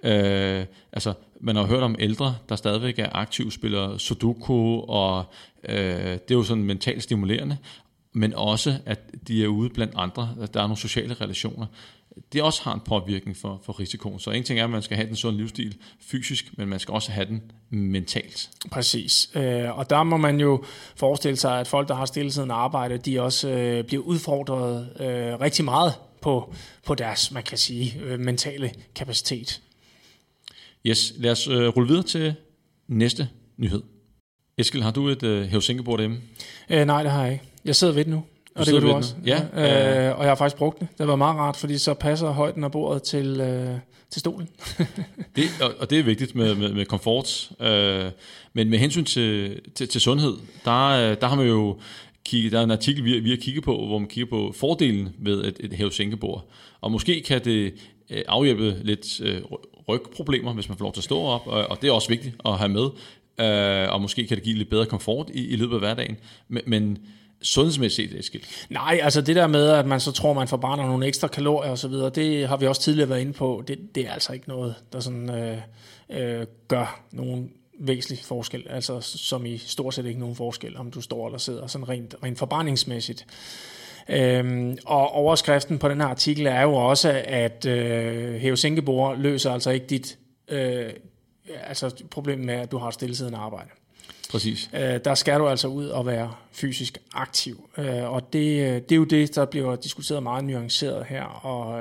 Altså, man har hørt om ældre, der stadigvæk er aktive, spiller sudoku, og det er jo sådan mentalt stimulerende, men også, at de er ude blandt andre, at der er nogle sociale relationer. Det også har en påvirkning for risikoen. Så en ting er, at man skal have den sunde livsstil fysisk, men man skal også have den mentalt. Præcis. Og der må man jo forestille sig, at folk, der har stillesiddende arbejde, de også bliver udfordret rigtig meget på deres, man kan sige, mentale kapacitet. Yes, lad os rulle videre til næste nyhed. Eskild, har du et hæve-sænke-bord derhjemme? Nej, det har jeg ikke. Jeg sidder ved det nu. Og det kan du også. Ja. Og jeg har faktisk brugt det. Det var meget rart, fordi så passer højden af bordet til stolen. Og det er vigtigt med komfort. Men med hensyn til sundhed, der har man jo kigget, der er en artikel, vi har kigget på, hvor man kigger på fordelen ved et hæve-sænke-bord. Og måske kan det afhjælpe lidt rygproblemer, hvis man får lov til at stå op, og det er også vigtigt at have med. Og måske kan det give lidt bedre komfort i løbet af hverdagen. Men sundhedsmæssigt er det skilt. Nej, altså det der med, at man så tror, man forbrænder nogle ekstra kalorier og så videre, det har vi også tidligere været inde på. Det er altså ikke noget, der sådan gør nogen væsentlig forskel. Altså som i stort set ikke nogen forskel, om du står eller sidder, sådan rent forbrændingsmæssigt. Og overskriften på den her artikel er jo også, at hæve-sænke-bord løser altså ikke dit problem med, at du har stillesiddende arbejde. Præcis. Der skal du altså ud og være fysisk aktiv. Og det er jo det, der bliver diskuteret meget nuanceret her. Og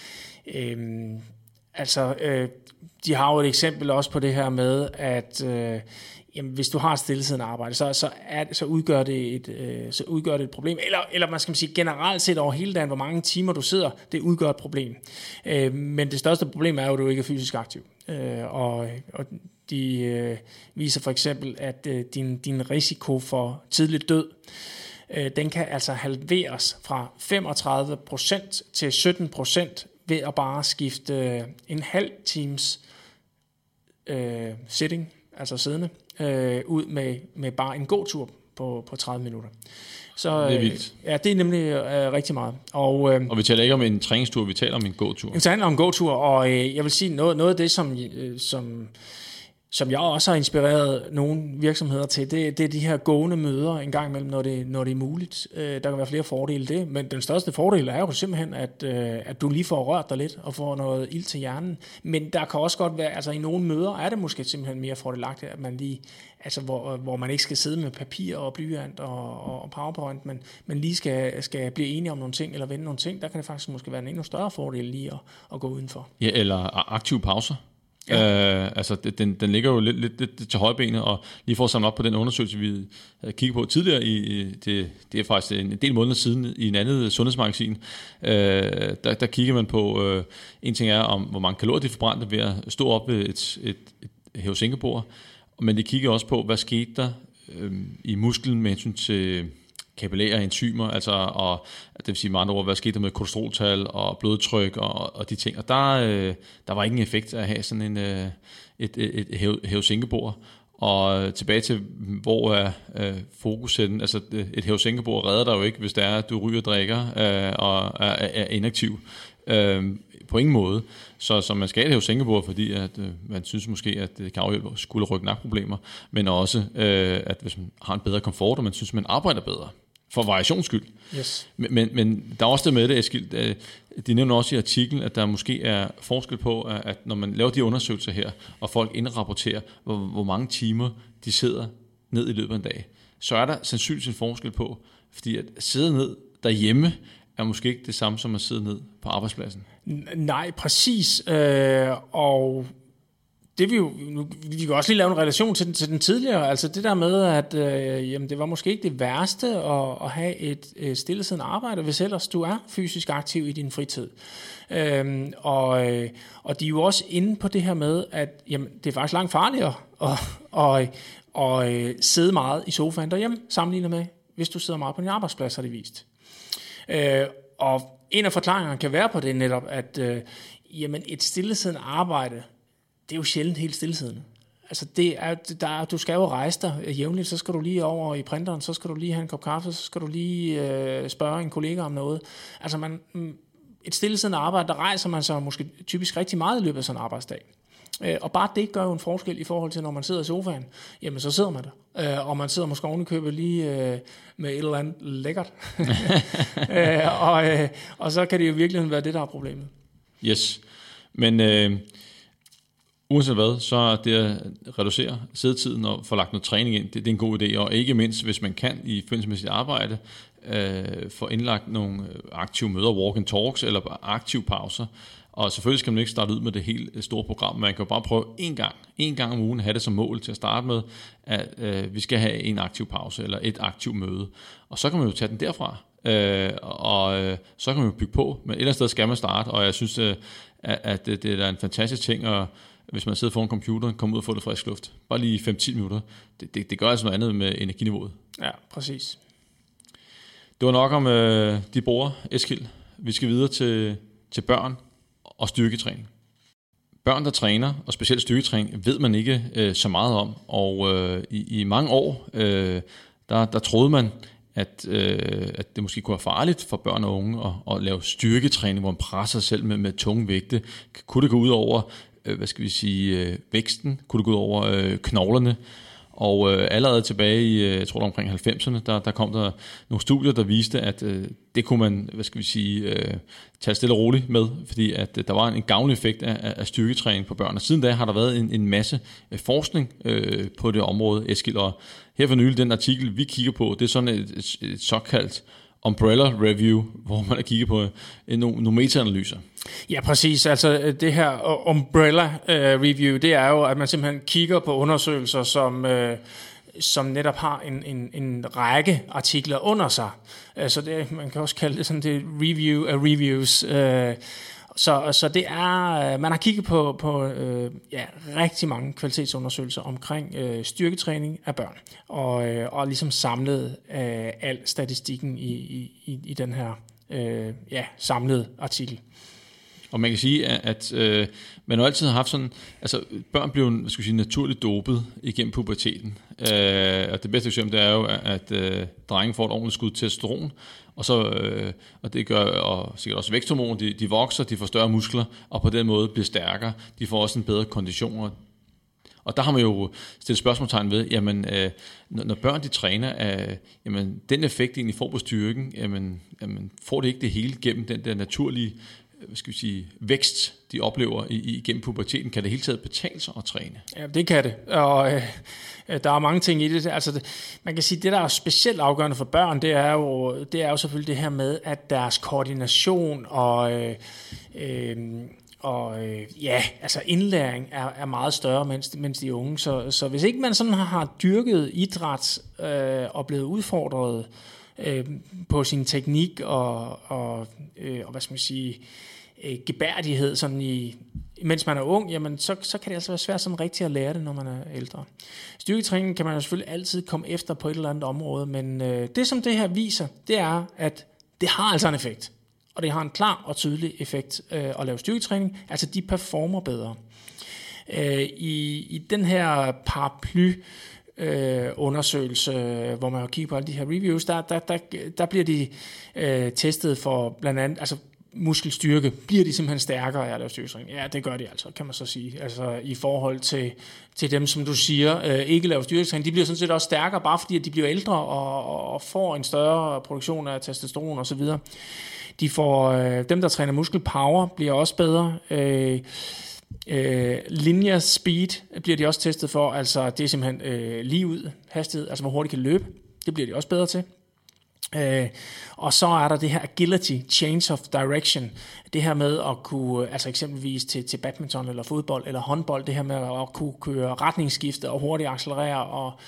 de har jo et eksempel også på det her med, at hvis du har stillesiddende arbejde, så udgør det et problem. Eller man skal sige generelt set over hele dagen, hvor mange timer du sidder, det udgør et problem. Men det største problem er jo, at du ikke er fysisk aktiv. Og de viser for eksempel, at din risiko for tidlig død, den kan altså halveres fra 35% til 17% ved at bare skifte en halv times sitting, altså siddende, ud med bare en gåtur på 30 minutter. Så, det er vildt. Ja, det er nemlig rigtig meget. Og vi taler ikke om en træningstur, vi taler om en gåtur. Vi taler om en gåtur, og jeg vil sige, noget af det, som jeg også har inspireret nogle virksomheder til, det er de her gående møder en gang imellem, når det er muligt. Der kan være flere fordele i det, men den største fordel er jo simpelthen, at du lige får rørt dig lidt og får noget ild til hjernen. Men der kan også godt være, altså i nogle møder er det måske simpelthen mere fordelagtigt, at man lige, altså hvor man ikke skal sidde med papir og blyant og PowerPoint, men lige skal blive enige om nogle ting eller vende nogle ting. Der kan det faktisk måske være en endnu større fordel lige at gå udenfor. Ja, eller aktive pauser. Ja. Altså den ligger jo lidt til højbenet, og lige for at samle op på den undersøgelse, vi havde kigget på tidligere, det er faktisk en del måneder siden, i en andet sundhedsmagasin, der kigger man på, en ting er om, hvor mange kalorier de forbrændte ved at stå op ved et hæve-sænke-bord, men de kigger også på, hvad skete der i musklen med hensyn til kapillære enzymer, altså, og det vil sige med andre ord, hvad skete der med kolesteroltal og blodtryk og de ting, og der var ingen effekt at have sådan et hæve-sænke-bord. Og tilbage til, hvor er fokusen, altså et hæve-sænke-bord redder dig jo ikke, hvis det er, at du ryger og drikker og er inaktiv. På ingen måde. Så man skal have hæve-sænke-bord, fordi at, man synes måske, at det kan afhjælpe skulder- og ryg-nakproblemer, men også, at hvis man har en bedre komfort, og man synes, man arbejder bedre, for variations skyld. Yes. Men der er også det med det, Eskild. De nævner også i artiklen, at der måske er forskel på, at når man laver de undersøgelser her, og folk indrapporterer, hvor mange timer de sidder ned i løbet af en dag, så er der sandsynligvis en forskel på, fordi at sidde ned derhjemme, er måske ikke det samme som at sidde ned på arbejdspladsen. Nej, præcis. Og det vi kan også lige lave en relation til den tidligere. Altså det der med, at jamen, det var måske ikke det værste at have et stillesiddende arbejde, hvis ellers du er fysisk aktiv i din fritid. Og de er jo også inde på det her med, at jamen, det er faktisk langt farligere at sidde meget i sofaen derhjemme, sammenlignet med, hvis du sidder meget på din arbejdsplads, har det vist. Og en af forklaringerne kan være på det netop, at jamen et stillesiddende arbejde, det er jo sjældent helt stillesiddende. Altså du skal jo rejse dig jævnligt, så skal du lige over i printeren, så skal du lige have en kop kaffe, så skal du lige spørge en kollega om noget. Altså et stillesiddende arbejde, der rejser man sig måske typisk rigtig meget i løbet af sådan en arbejdsdag. Og bare det gør jo en forskel i forhold til, når man sidder i sofaen, jamen så sidder man der. Og man sidder måske ovenikøbet lige med et eller andet lækkert. Og så kan det jo virkelig være det, der er problemet. Yes, men uanset hvad, så er det at reducere sædetiden og få lagt noget træning ind, det er en god idé. Og ikke mindst, hvis man kan i forbindelse med sit arbejde, få indlagt nogle aktive møder, walk and talks, eller aktive pauser. Og selvfølgelig skal man ikke starte ud med det helt store program. Man kan jo bare prøve en gang om ugen at have det som mål til at starte med, at vi skal have en aktiv pause eller et aktivt møde. Og så kan man jo tage den derfra, og så kan man jo bygge på. Men et eller andet sted skal man starte, og jeg synes, at det er en fantastisk ting, og hvis man sidder foran computeren, komme ud og få det frisk luft. Bare lige 5-10 minutter. Det gør altså noget andet med energiniveauet. Ja, præcis. Det var nok om de borde, Eskild. Vi skal videre til børn og styrketræning. Børn, der træner, og specielt styrketræning, ved man ikke så meget om. Og i mange år, der troede man, at det måske kunne være farligt for børn og unge at lave styrketræning, hvor man presser sig selv med tunge vægte. Kunne det gå ud over, væksten? Kunne det gå ud over knoglerne? Og allerede tilbage i, jeg tror omkring 90'erne, der kom der nogle studier, der viste, at det kunne man, tage stille og roligt med, fordi at der var en gavnlig effekt af styrketræning på børn. Og siden da har der været en masse forskning på det område, Eskild. Og her for nylig, den artikel, vi kigger på, det er sådan et såkaldt umbrella review, hvor man har kigget på nogle meta-analyser. Ja, præcis. Altså det her umbrella review, det er jo, at man simpelthen kigger på undersøgelser, som netop har en række artikler under sig. Så det, man kan også kalde det sådan det review af reviews. Så det er, man har kigget på rigtig mange kvalitetsundersøgelser omkring styrketræning af børn, og ligesom samlet al statistikken i den her samlede artikel. Og man kan sige, at man jo altid har haft sådan, altså børn bliver naturligt dopet igennem puberteten. Og det bedste eksempel, det er jo, at drenge får et ordentligt skud testosteron, og det gør, og sikkert også væksthormon, de vokser, de får større muskler, og på den måde bliver stærkere. De får også en bedre kondition. Og der har man jo stillet spørgsmålstegn ved, jamen, når børn de træner, jamen, den effekt, de egentlig får på styrken, jamen, får det ikke det hele gennem den der naturlige vækst, de oplever igennem puberteten? Kan det hele taget betale sig at træne? Ja, det kan det, og der er mange ting i det. Altså, man kan sige, det der er specielt afgørende for børn, det er jo selvfølgelig det her med, at deres koordination altså indlæring er meget større, mens de er unge. Så hvis ikke man sådan har dyrket idræt og blevet udfordret på sin teknik og hvad skal man sige, gebærdighed sådan mens man er ung, jamen så kan det altså være svært sådan rigtig at lære det, når man er ældre. Styrketræning kan man jo selvfølgelig altid komme efter på et eller andet område, men det som det her viser, det er, at det har altså en effekt. Og det har en klar og tydelig effekt at lave styrketræning. Altså de performer bedre. I den her paraply undersøgelse, hvor man har kigget på alle de her reviews, der bliver de testet for blandt andet, altså muskelstyrke, bliver de simpelthen stærkere af at lave styrketræning? Ja, det gør de altså, kan man så sige. Altså i forhold til dem, som du siger, ikke laver styrketræning, de bliver sådan set også stærkere, bare fordi at de bliver ældre og får en større produktion af testosteron og så videre. Dem, der træner muskelpower, bliver også bedre. Linear speed bliver de også testet for, altså det er simpelthen lige ud hastighed, altså hvor hurtigt kan løbe. Det bliver de også bedre til. Og så er der det her agility, change of direction, det her med at kunne, altså eksempelvis til badminton eller fodbold eller håndbold, det her med at kunne køre retningsskifte og hurtigt accelerere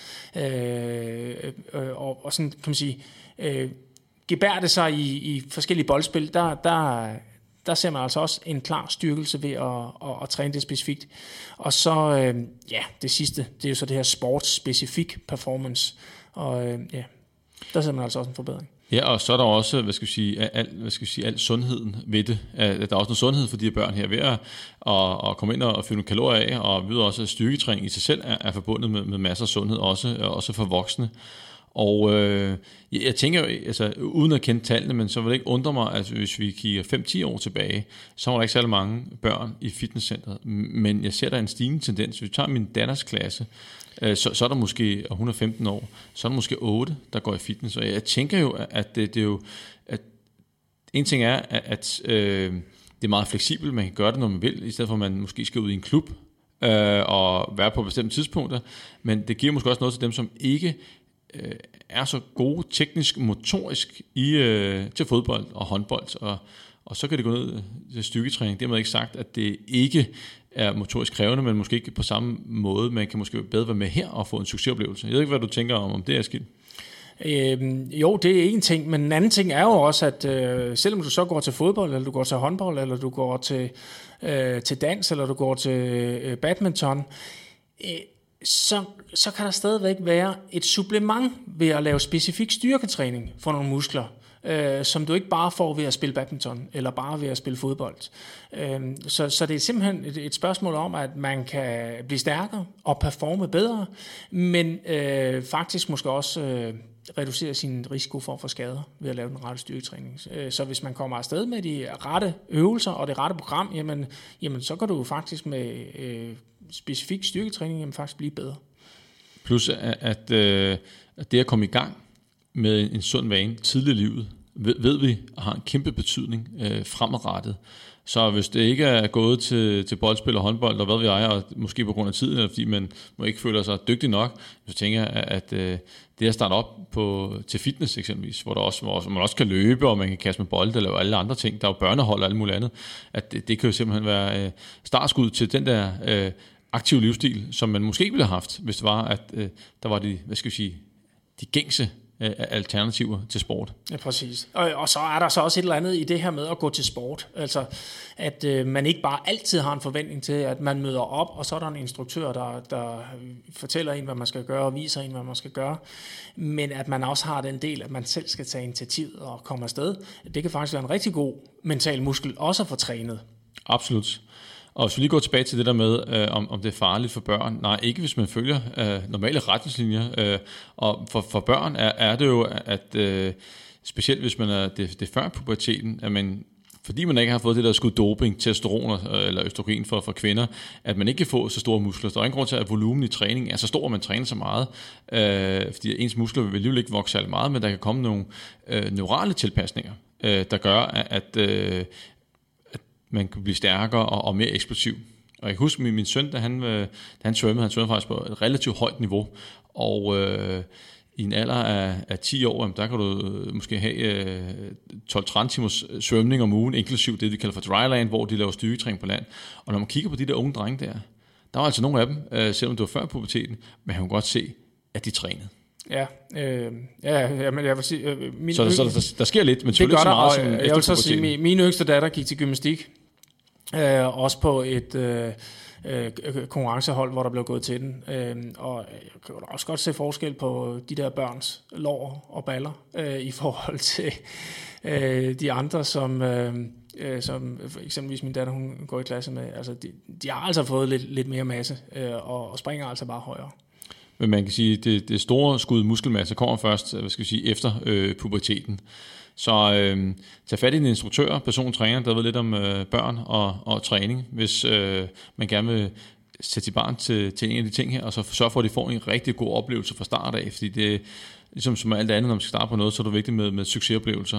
og sådan kan man sige, gebærde sig i forskellige boldspil, der ser man altså også en klar styrkelse ved at træne det specifikt. Og så, det sidste, det er jo så det her sportsspecifik performance, og der ser man altså også en forbedring. Ja, og så er der også, al sundheden ved det. Der er også noget sundhed for de her børn her ved at komme ind og fylde nogle kalorier af, og ved også, at styrketræning i sig selv er forbundet med masser af sundhed, også for voksne. Og jeg tænker jo, altså uden at kende tallene, men så vil det ikke undre mig, at hvis vi kigger 5-10 år tilbage, så var der ikke særlig mange børn i fitnesscenteret. Men jeg ser der en stigende tendens. Hvis vi tager min datters klasse, så er der måske, og hun er 15 år, så er der måske 8, der går i fitness. Og jeg tænker jo, at det er jo, at en ting er, at det er meget fleksibelt, man kan gøre det, når man vil, i stedet for at man måske skal ud i en klub og være på bestemte tidspunkter. Men det giver måske også noget til dem, som ikke er så gode teknisk, motorisk til fodbold og håndbold, og så kan det gå ned til styrketræning. Det er ikke sagt, at det ikke er motorisk krævende, men måske ikke på samme måde. Man kan måske bedre være med her og få en succesoplevelse. Jeg ved ikke, hvad du tænker om det, Eskild. Jo, det er en ting, men en anden ting er jo også, at selvom du så går til fodbold, eller du går til håndbold, eller du går til dans, eller du går til badminton, så kan der stadigvæk være et supplement ved at lave specifik styrketræning for nogle muskler, som du ikke bare får ved at spille badminton, eller bare ved at spille fodbold. Så det er simpelthen et spørgsmål om, at man kan blive stærkere og performe bedre, men faktisk måske også reducere sin risiko for at få skader ved at lave den rette styrketræning. Så hvis man kommer afsted med de rette øvelser og det rette program, jamen så kan du faktisk med specifik styrketræning faktisk blive bedre. Plus at det at komme i gang med en sund vane tidligt i livet, ved vi har en kæmpe betydning fremadrettet. Så hvis det ikke er gået til boldspil og håndbold, og hvad vi ejer, og måske på grund af tiden, eller fordi man må ikke føler sig dygtig nok, så tænker jeg, at det at starte op til fitness eksempelvis, hvor man også kan løbe, og man kan kaste med bolde, eller alle andre ting, der er jo børnehold og alt muligt andet, at det kan jo simpelthen være startskud til den der aktive livsstil, som man måske ikke ville have haft, hvis det var, at der var de gængse alternativer til sport. Ja, præcis. Og så er der så også et eller andet i det her med at gå til sport. Altså, at man ikke bare altid har en forventning til, at man møder op, og så er der en instruktør, der fortæller en, hvad man skal gøre, og viser en, hvad man skal gøre. Men at man også har den del, at man selv skal tage initiativet og komme afsted. Det kan faktisk være en rigtig god mental muskel, også at få trænet. Absolut. Og hvis vi lige går tilbage til det der med, om det er farligt for børn. Nej, ikke hvis man følger normale retningslinjer. Og for børn er det jo, at specielt hvis man er det før puberteten, at man, fordi man ikke har fået det der skud doping, testosteron eller østrogen for kvinder, at man ikke kan få så store muskler. Der er ingen grund til, at volumen i træning er så stor, at man træner så meget, fordi ens muskler vil alligevel ikke vokse særlig meget, men der kan komme nogle neurale tilpasninger, der gør, at man kan blive stærkere og mere eksplosiv. Og jeg kan huske min søn, da han svømmede faktisk på et relativt højt niveau, og i en alder af 10 år, der kan du måske have 12-13 timers svømning om ugen, inklusiv det, vi kalder for dryland, hvor de laver styrketræning på land. Og når man kigger på de der unge drenge der var altså nogle af dem, selvom det var før puberteten, men man kan godt se, at de trænede. Ja, men jeg vil sige... Så der sker lidt, men selvfølgelig ikke så meget som jeg vil så sige, min yngste datter gik til gymnastik, også på et konkurrencehold, hvor der blev gået til den. Og jeg kan også godt se forskel på de der børns lår og baller i forhold til de andre, som eksempelvis min datter, hun går i klasse med. Altså, de har altså fået lidt mere masse, og springer altså bare højere. Men man kan sige, at det store skud muskelmasse kommer først, efter puberteten. Så tag fat i en instruktør, persontræner, der ved lidt om børn og træning, hvis man gerne vil sætte sit barn til en af de ting her, og så sørge for, at de får en rigtig god oplevelse fra start af, fordi det ligesom som alt andet, når man skal starte på noget, så er det vigtigt med succesoplevelser,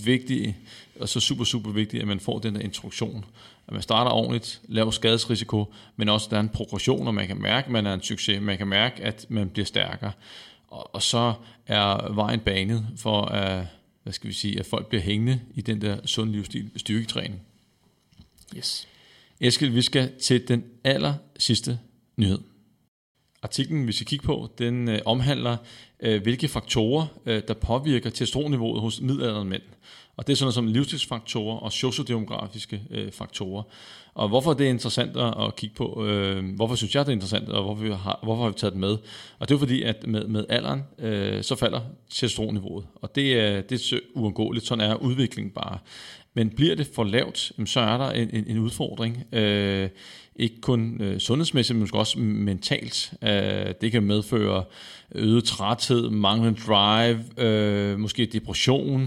og så super vigtigt, at man får den der introduktion. At man starter ordentligt, laver skadesrisiko, men også at der er en progression, og man kan mærke, at man er en succes, man kan mærke, at man bliver stærkere. Og så er vejen banet for, at folk bliver hængende i den der sunde livsstil, styrketræning. Yes. Eskild, vi skal til den aller sidste nyhed. Artiklen, vi skal kigge på, den omhandler, hvilke faktorer, der påvirker testosteronniveauet hos midaldrende mænd. Og det er sådan noget som livsstilsfaktorer og sociodemografiske faktorer. Og hvorfor er det interessant at kigge på? Hvorfor synes jeg, det er interessant, og hvorfor har vi taget det med? Og det er fordi, at med alderen, så falder testosteronniveauet. Og det er uundgåeligt. Sådan er udviklingen bare. Men bliver det for lavt, så er der en udfordring. Ikke kun sundhedsmæssigt, men måske også mentalt. Det kan medføre øget træthed, manglende drive, måske depression.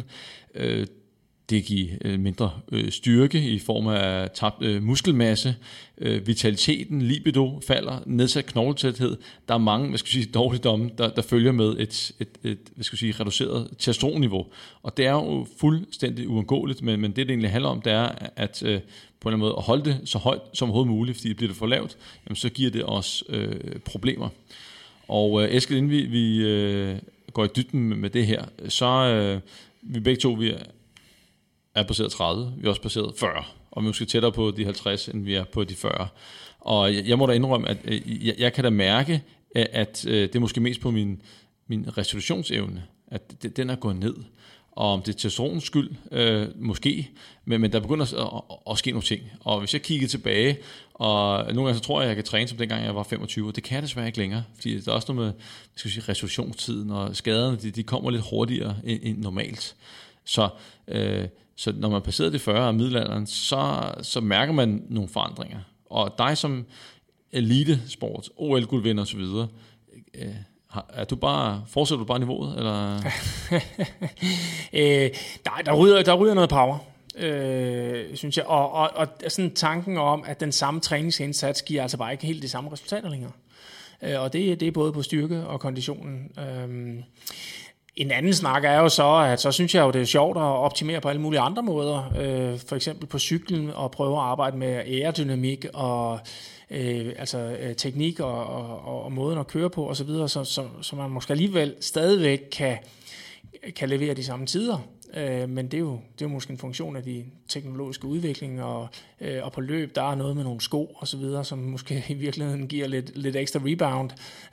Det giver mindre styrke i form af tabt muskelmasse, vitaliteten, libido falder, nedsat knogletæthed. Der er mange, dårligdomme, der følger med et reduceret testosteronniveau. Og det er jo fuldstændig uundgåeligt, men det egentlig handler om, det er at på en eller anden måde at holde det så højt som overhovedet muligt, fordi bliver det for lavt, jamen, så giver det os problemer. Og Eskild, inden vi går i dybden med det her, så vi begge to, vi er baseret 30, vi er også baseret 40, og vi er måske tættere på de 50, end vi er på de 40. Og jeg må da indrømme, at jeg kan da mærke, at det er måske mest på min restitutionsevne, at den er gået ned. Og om det er testosteronens skyld, måske, men der begynder at ske nogle ting. Og hvis jeg kigger tilbage, og nogle gange så tror jeg kan træne som dengang jeg var 25, og det kan jeg desværre ikke længere, fordi der er også noget med restitutionstiden, og skaderne, de kommer lidt hurtigere end normalt. Så når man passerer det 40 af middelalderen, så mærker man nogle forandringer. Og dig som elitesport, OL-guldvinder og så videre, fortsætter du bare niveauet, eller? Nej, der ryger noget power, synes jeg. Og sådan tanken om, at den samme træningsindsats giver altså bare ikke helt de samme resultater længere. Og det er både på styrke og konditionen. En anden snak er jo så, at så synes jeg jo, det er sjovt at optimere på alle mulige andre måder. For eksempel på cyklen og prøve at arbejde med aerodynamik og teknik og måden at køre på osv., så man måske alligevel stadigvæk kan levere de samme tider. Men det er jo måske en funktion af de teknologiske udvikling, og på løb, der er noget med nogle sko og så videre, som måske i virkeligheden giver lidt ekstra rebound.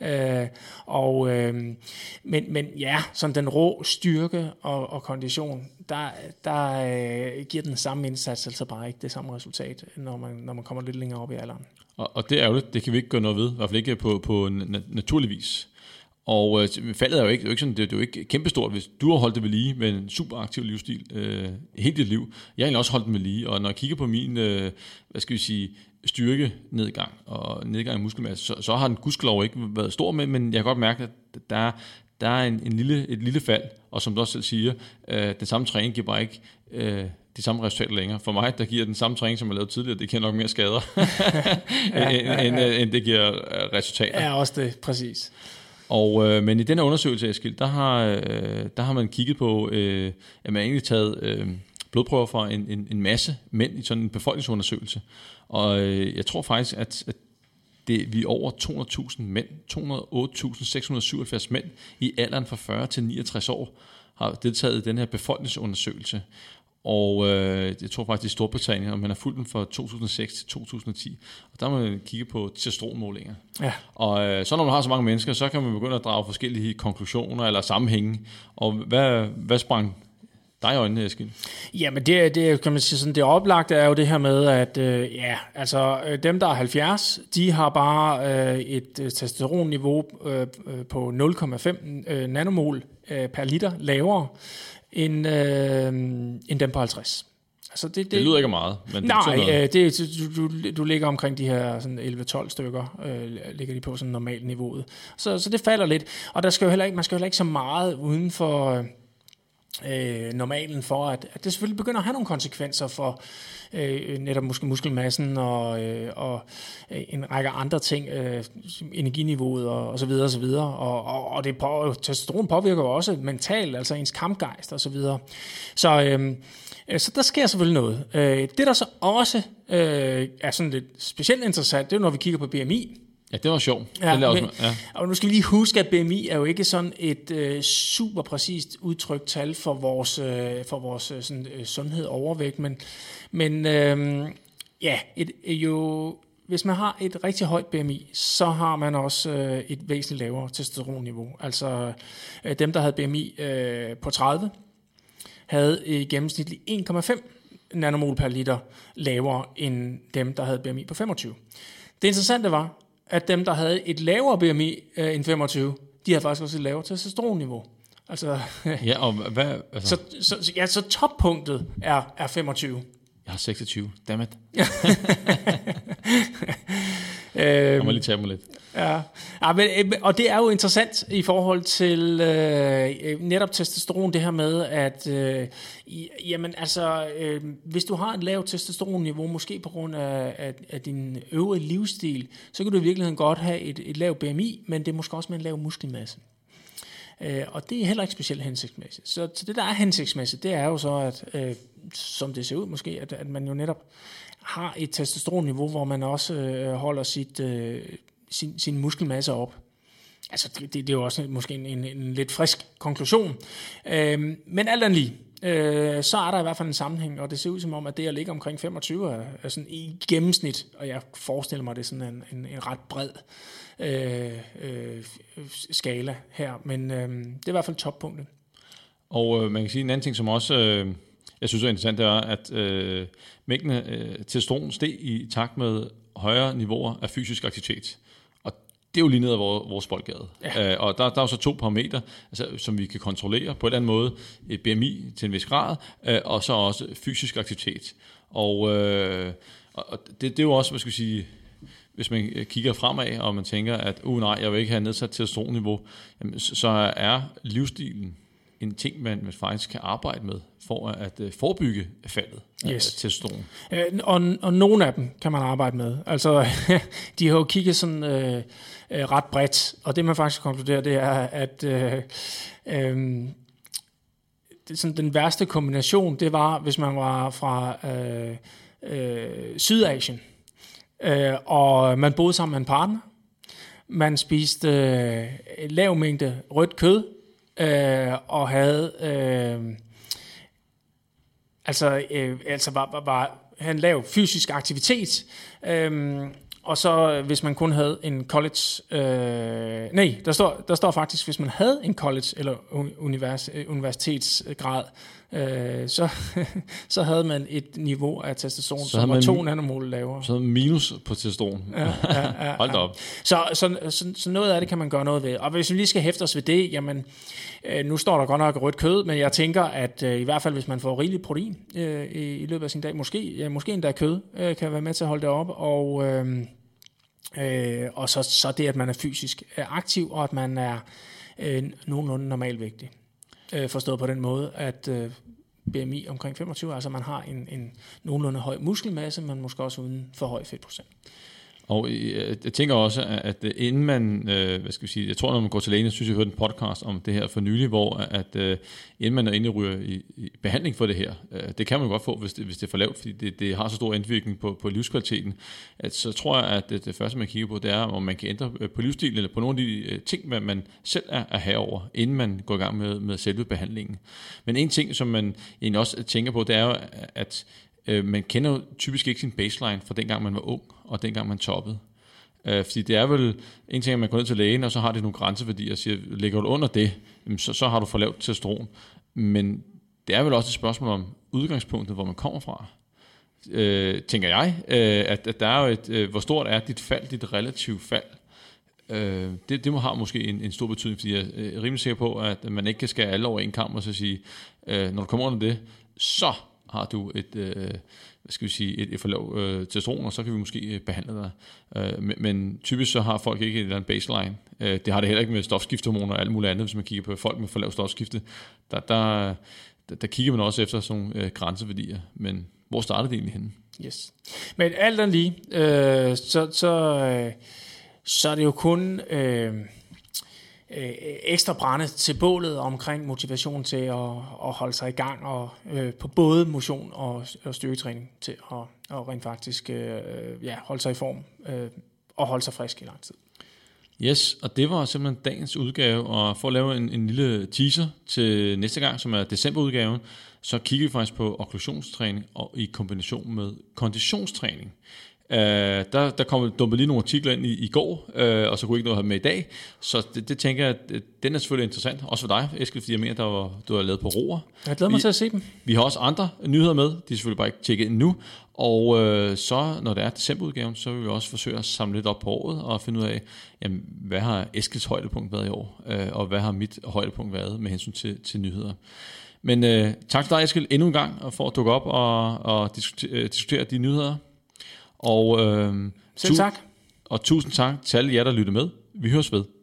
Men ja, sådan den rå styrke og kondition, der giver den samme indsats altså bare ikke det samme resultat, når man kommer lidt længere op i alderen. Og det er jo det kan vi ikke gøre noget ved, i hvert fald ikke på naturlig vis. Og faldet er jo ikke sådan, det er jo ikke kæmpestort, hvis du har holdt det ved lige med en super aktiv livsstil hele dit liv. Jeg har egentlig også holdt det ved lige, og når jeg kigger på min, styrkenedgang og nedgang i muskelmasse, så har den gudskelov ikke været stor med, men jeg kan godt mærke, at der er et lille fald, og som du også selv siger, den samme træning giver bare ikke de samme resultater længere. For mig, der giver den samme træning, som jeg lavede tidligere, det giver nok mere skader, end det giver resultater. Ja, også det, præcis. Og, men i den her undersøgelse, Eskild, der har man kigget på, at man har egentlig taget blodprøver fra en masse mænd i sådan en befolkningsundersøgelse. Og jeg tror faktisk, at vi er over 200.000 mænd, 208.677 mænd i alderen fra 40 til 69 år, har deltaget i den her befolkningsundersøgelse. Og jeg tror faktisk, i Storbritannien, og man har fulgt den fra 2006 til 2010. Og der har man kigget på testosteronmålinger. Ja. Og så når man har så mange mennesker, så kan man begynde at drage forskellige konklusioner eller sammenhænge. Og hvad sprang dig i øjnene, Eskild? Jamen det kan man sige sådan, det oplagte er jo det her med, at dem der er 70, de har bare et testosteronniveau på 0,5 nanomol per liter lavere end dem på 50. Altså det lyder ikke meget, men du ligger omkring de her sådan 11-12 stykker, ligger de på sådan normalt niveauet. Så det falder lidt, og man skal jo heller ikke så meget uden for normalen for, at det selvfølgelig begynder at have nogle konsekvenser for netop muskelmassen og en række andre ting, energiniveauet og så videre og så videre, og testosteron påvirker jo også mentalt, altså ens kampgejst og så videre. Så der sker selvfølgelig noget. Det der så også er sådan lidt specielt interessant, det er jo når vi kigger på BMI. Ja, det var sjovt. Ja, og nu skal vi lige huske, at BMI er jo ikke sådan et super præcist udtrykt tal for vores sådan, sundhed og overvægt, men hvis man har et rigtig højt BMI, så har man også et væsentligt lavere testosteronniveau. Altså dem, der havde BMI på 30, havde i gennemsnitligt 1,5 nanomol per liter lavere end dem, der havde BMI på 25. Det interessante var, at dem, der havde et lavere BMI end 25, de havde faktisk også et lavere testosteronniveau. Altså, ja, og hvad? Altså? Så toppunktet er 25. Jeg har 26. Dammit. Jeg må lige tage mig lidt. Ja, og det er jo interessant i forhold til netop testosteron, det her med, at hvis du har et lavt testosteronniveau, måske på grund af din øvrige livsstil, så kan du i virkeligheden godt have et lavt BMI, men det er måske også med en lav muskelmasse. Og det er heller ikke specielt hensigtsmæssigt. Så det, der er hensigtsmæssigt, det er jo så, at som det ser ud måske, at man jo netop har et testosteronniveau, hvor man også holder sin muskelmasse op. Altså, det er jo også måske en lidt frisk konklusion. Men alt andet lige, så er der i hvert fald en sammenhæng, og det ser ud som om, at det at ligge omkring 25 er sådan i gennemsnit, og jeg forestiller mig, det er sådan en ret bred skala her, men det er i hvert fald toppunktet. Og man kan sige en anden ting, som også jeg synes er interessant, det er, at mængden testosteron steg i takt med højere niveauer af fysisk aktivitet. Og det er jo lige ned ad vores boldgade. Ja. Og der er jo så 2 parametre, altså, som vi kan kontrollere på en anden måde. Et BMI til en vis grad, og så også fysisk aktivitet. Og det er jo også, hvad skal vi sige, hvis man kigger fremad, og man tænker, at nej, jeg vil ikke have nedsat testosteronniveau, jamen, så er livsstilen en ting, man faktisk kan arbejde med for at forebygge faldet af testosteron. Og nogle af dem kan man arbejde med. Altså, de har jo kigget sådan ret bredt, og det man faktisk konkluderer, det er, at sådan den værste kombination, det var, hvis man var fra Sydasien, og man boede sammen med en partner, man spiste lav mængde rødt kød, og havde havde en lav fysisk aktivitet, og så hvis man kun havde en college, der står faktisk, hvis man havde en college eller universitetsgrad, så havde man et niveau af testosteron, som var 2 nanomol lavere. Så minus på testosteron. Ja. Hold da op. Så noget af det kan man gøre noget ved. Og hvis vi lige skal hæfte os ved det, jamen, nu står der godt nok rødt kød, men jeg tænker, at i hvert fald hvis man får rigeligt protein i løbet af sin dag, måske endda kød, kan være med til at holde det op, og så det, at man er fysisk aktiv, og at man er nogenlunde normalvægtig. Forstået på den måde, at BMI omkring 25, altså man har en nogenlunde høj muskelmasse, men måske også uden for høj fedtprocent. Og jeg tænker også, at inden man, jeg tror, når man går til lægen, jeg synes, jeg hørte en podcast om det her for nylig, hvor at inden man er inde ryger i behandling for det her, det kan man godt få, hvis det er for lavt, fordi det har så stor indvirkning på livskvaliteten, at så tror jeg, at det første, man kigger på, det er, om man kan ændre på livsstilen, eller på nogle af de ting, man selv er herover, inden man går i gang med selve behandlingen. Men en ting, som man egentlig også tænker på, det er jo, at man kender jo typisk ikke sin baseline fra dengang man var ung, og dengang man toppede. Fordi det er vel en ting, at man går ned til lægen, og så har det nogle grænseværdier, og siger, ligger du under det, så har du for lavt testosteron. Men det er vel også et spørgsmål om udgangspunktet, hvor man kommer fra. Tænker jeg, at der er jo hvor stort er dit fald, dit relative fald. Det må have måske en stor betydning, fordi jeg er rimelig sikker på, at man ikke kan skære alle over en kamp, og så sige, når du kommer under det, så har du et for lav testosteron, og så kan vi måske behandle dig. Men typisk så har folk ikke et eller andet baseline. Det har det heller ikke med stofskiftehormoner og alt muligt andet, hvis man kigger på folk med for lav stofskifte. Der kigger man også efter sådan nogle grænseværdier. Men hvor starter det egentlig henne? Yes. Men alt andet lige, så er det jo kun ekstra brænde til bålet omkring motivation til at holde sig i gang og på både motion og styrketræning til at rent faktisk holde sig i form og holde sig frisk i lang tid. Yes, og det var simpelthen dagens udgave, og for at lave en lille teaser til næste gang, som er decemberudgaven, så kigger vi faktisk på okklusionstræning og i kombination med konditionstræning. Der kom dumpet lige nogle artikler ind i går, og så kunne jeg ikke nå at have med i dag. Så det tænker jeg, at den er selvfølgelig interessant. Også for dig, Eskild, fordi jeg mener, du har lavet på roer. Jeg glæder mig til at se dem. Vi har også andre nyheder med. De er selvfølgelig bare ikke tjekket ind nu. Og så, når det er decemberudgaven, så vil vi også forsøge at samle lidt op på året og finde ud af, jamen, hvad har Eskilds højdepunkt været i år, og hvad har mit højdepunkt været med hensyn til nyheder. Men tak til dig, Eskild, endnu en gang for at dukke op og diskutere de nyheder. Og selv tak. Og tusind tak til alle jer, der lytter med. Vi høres ved.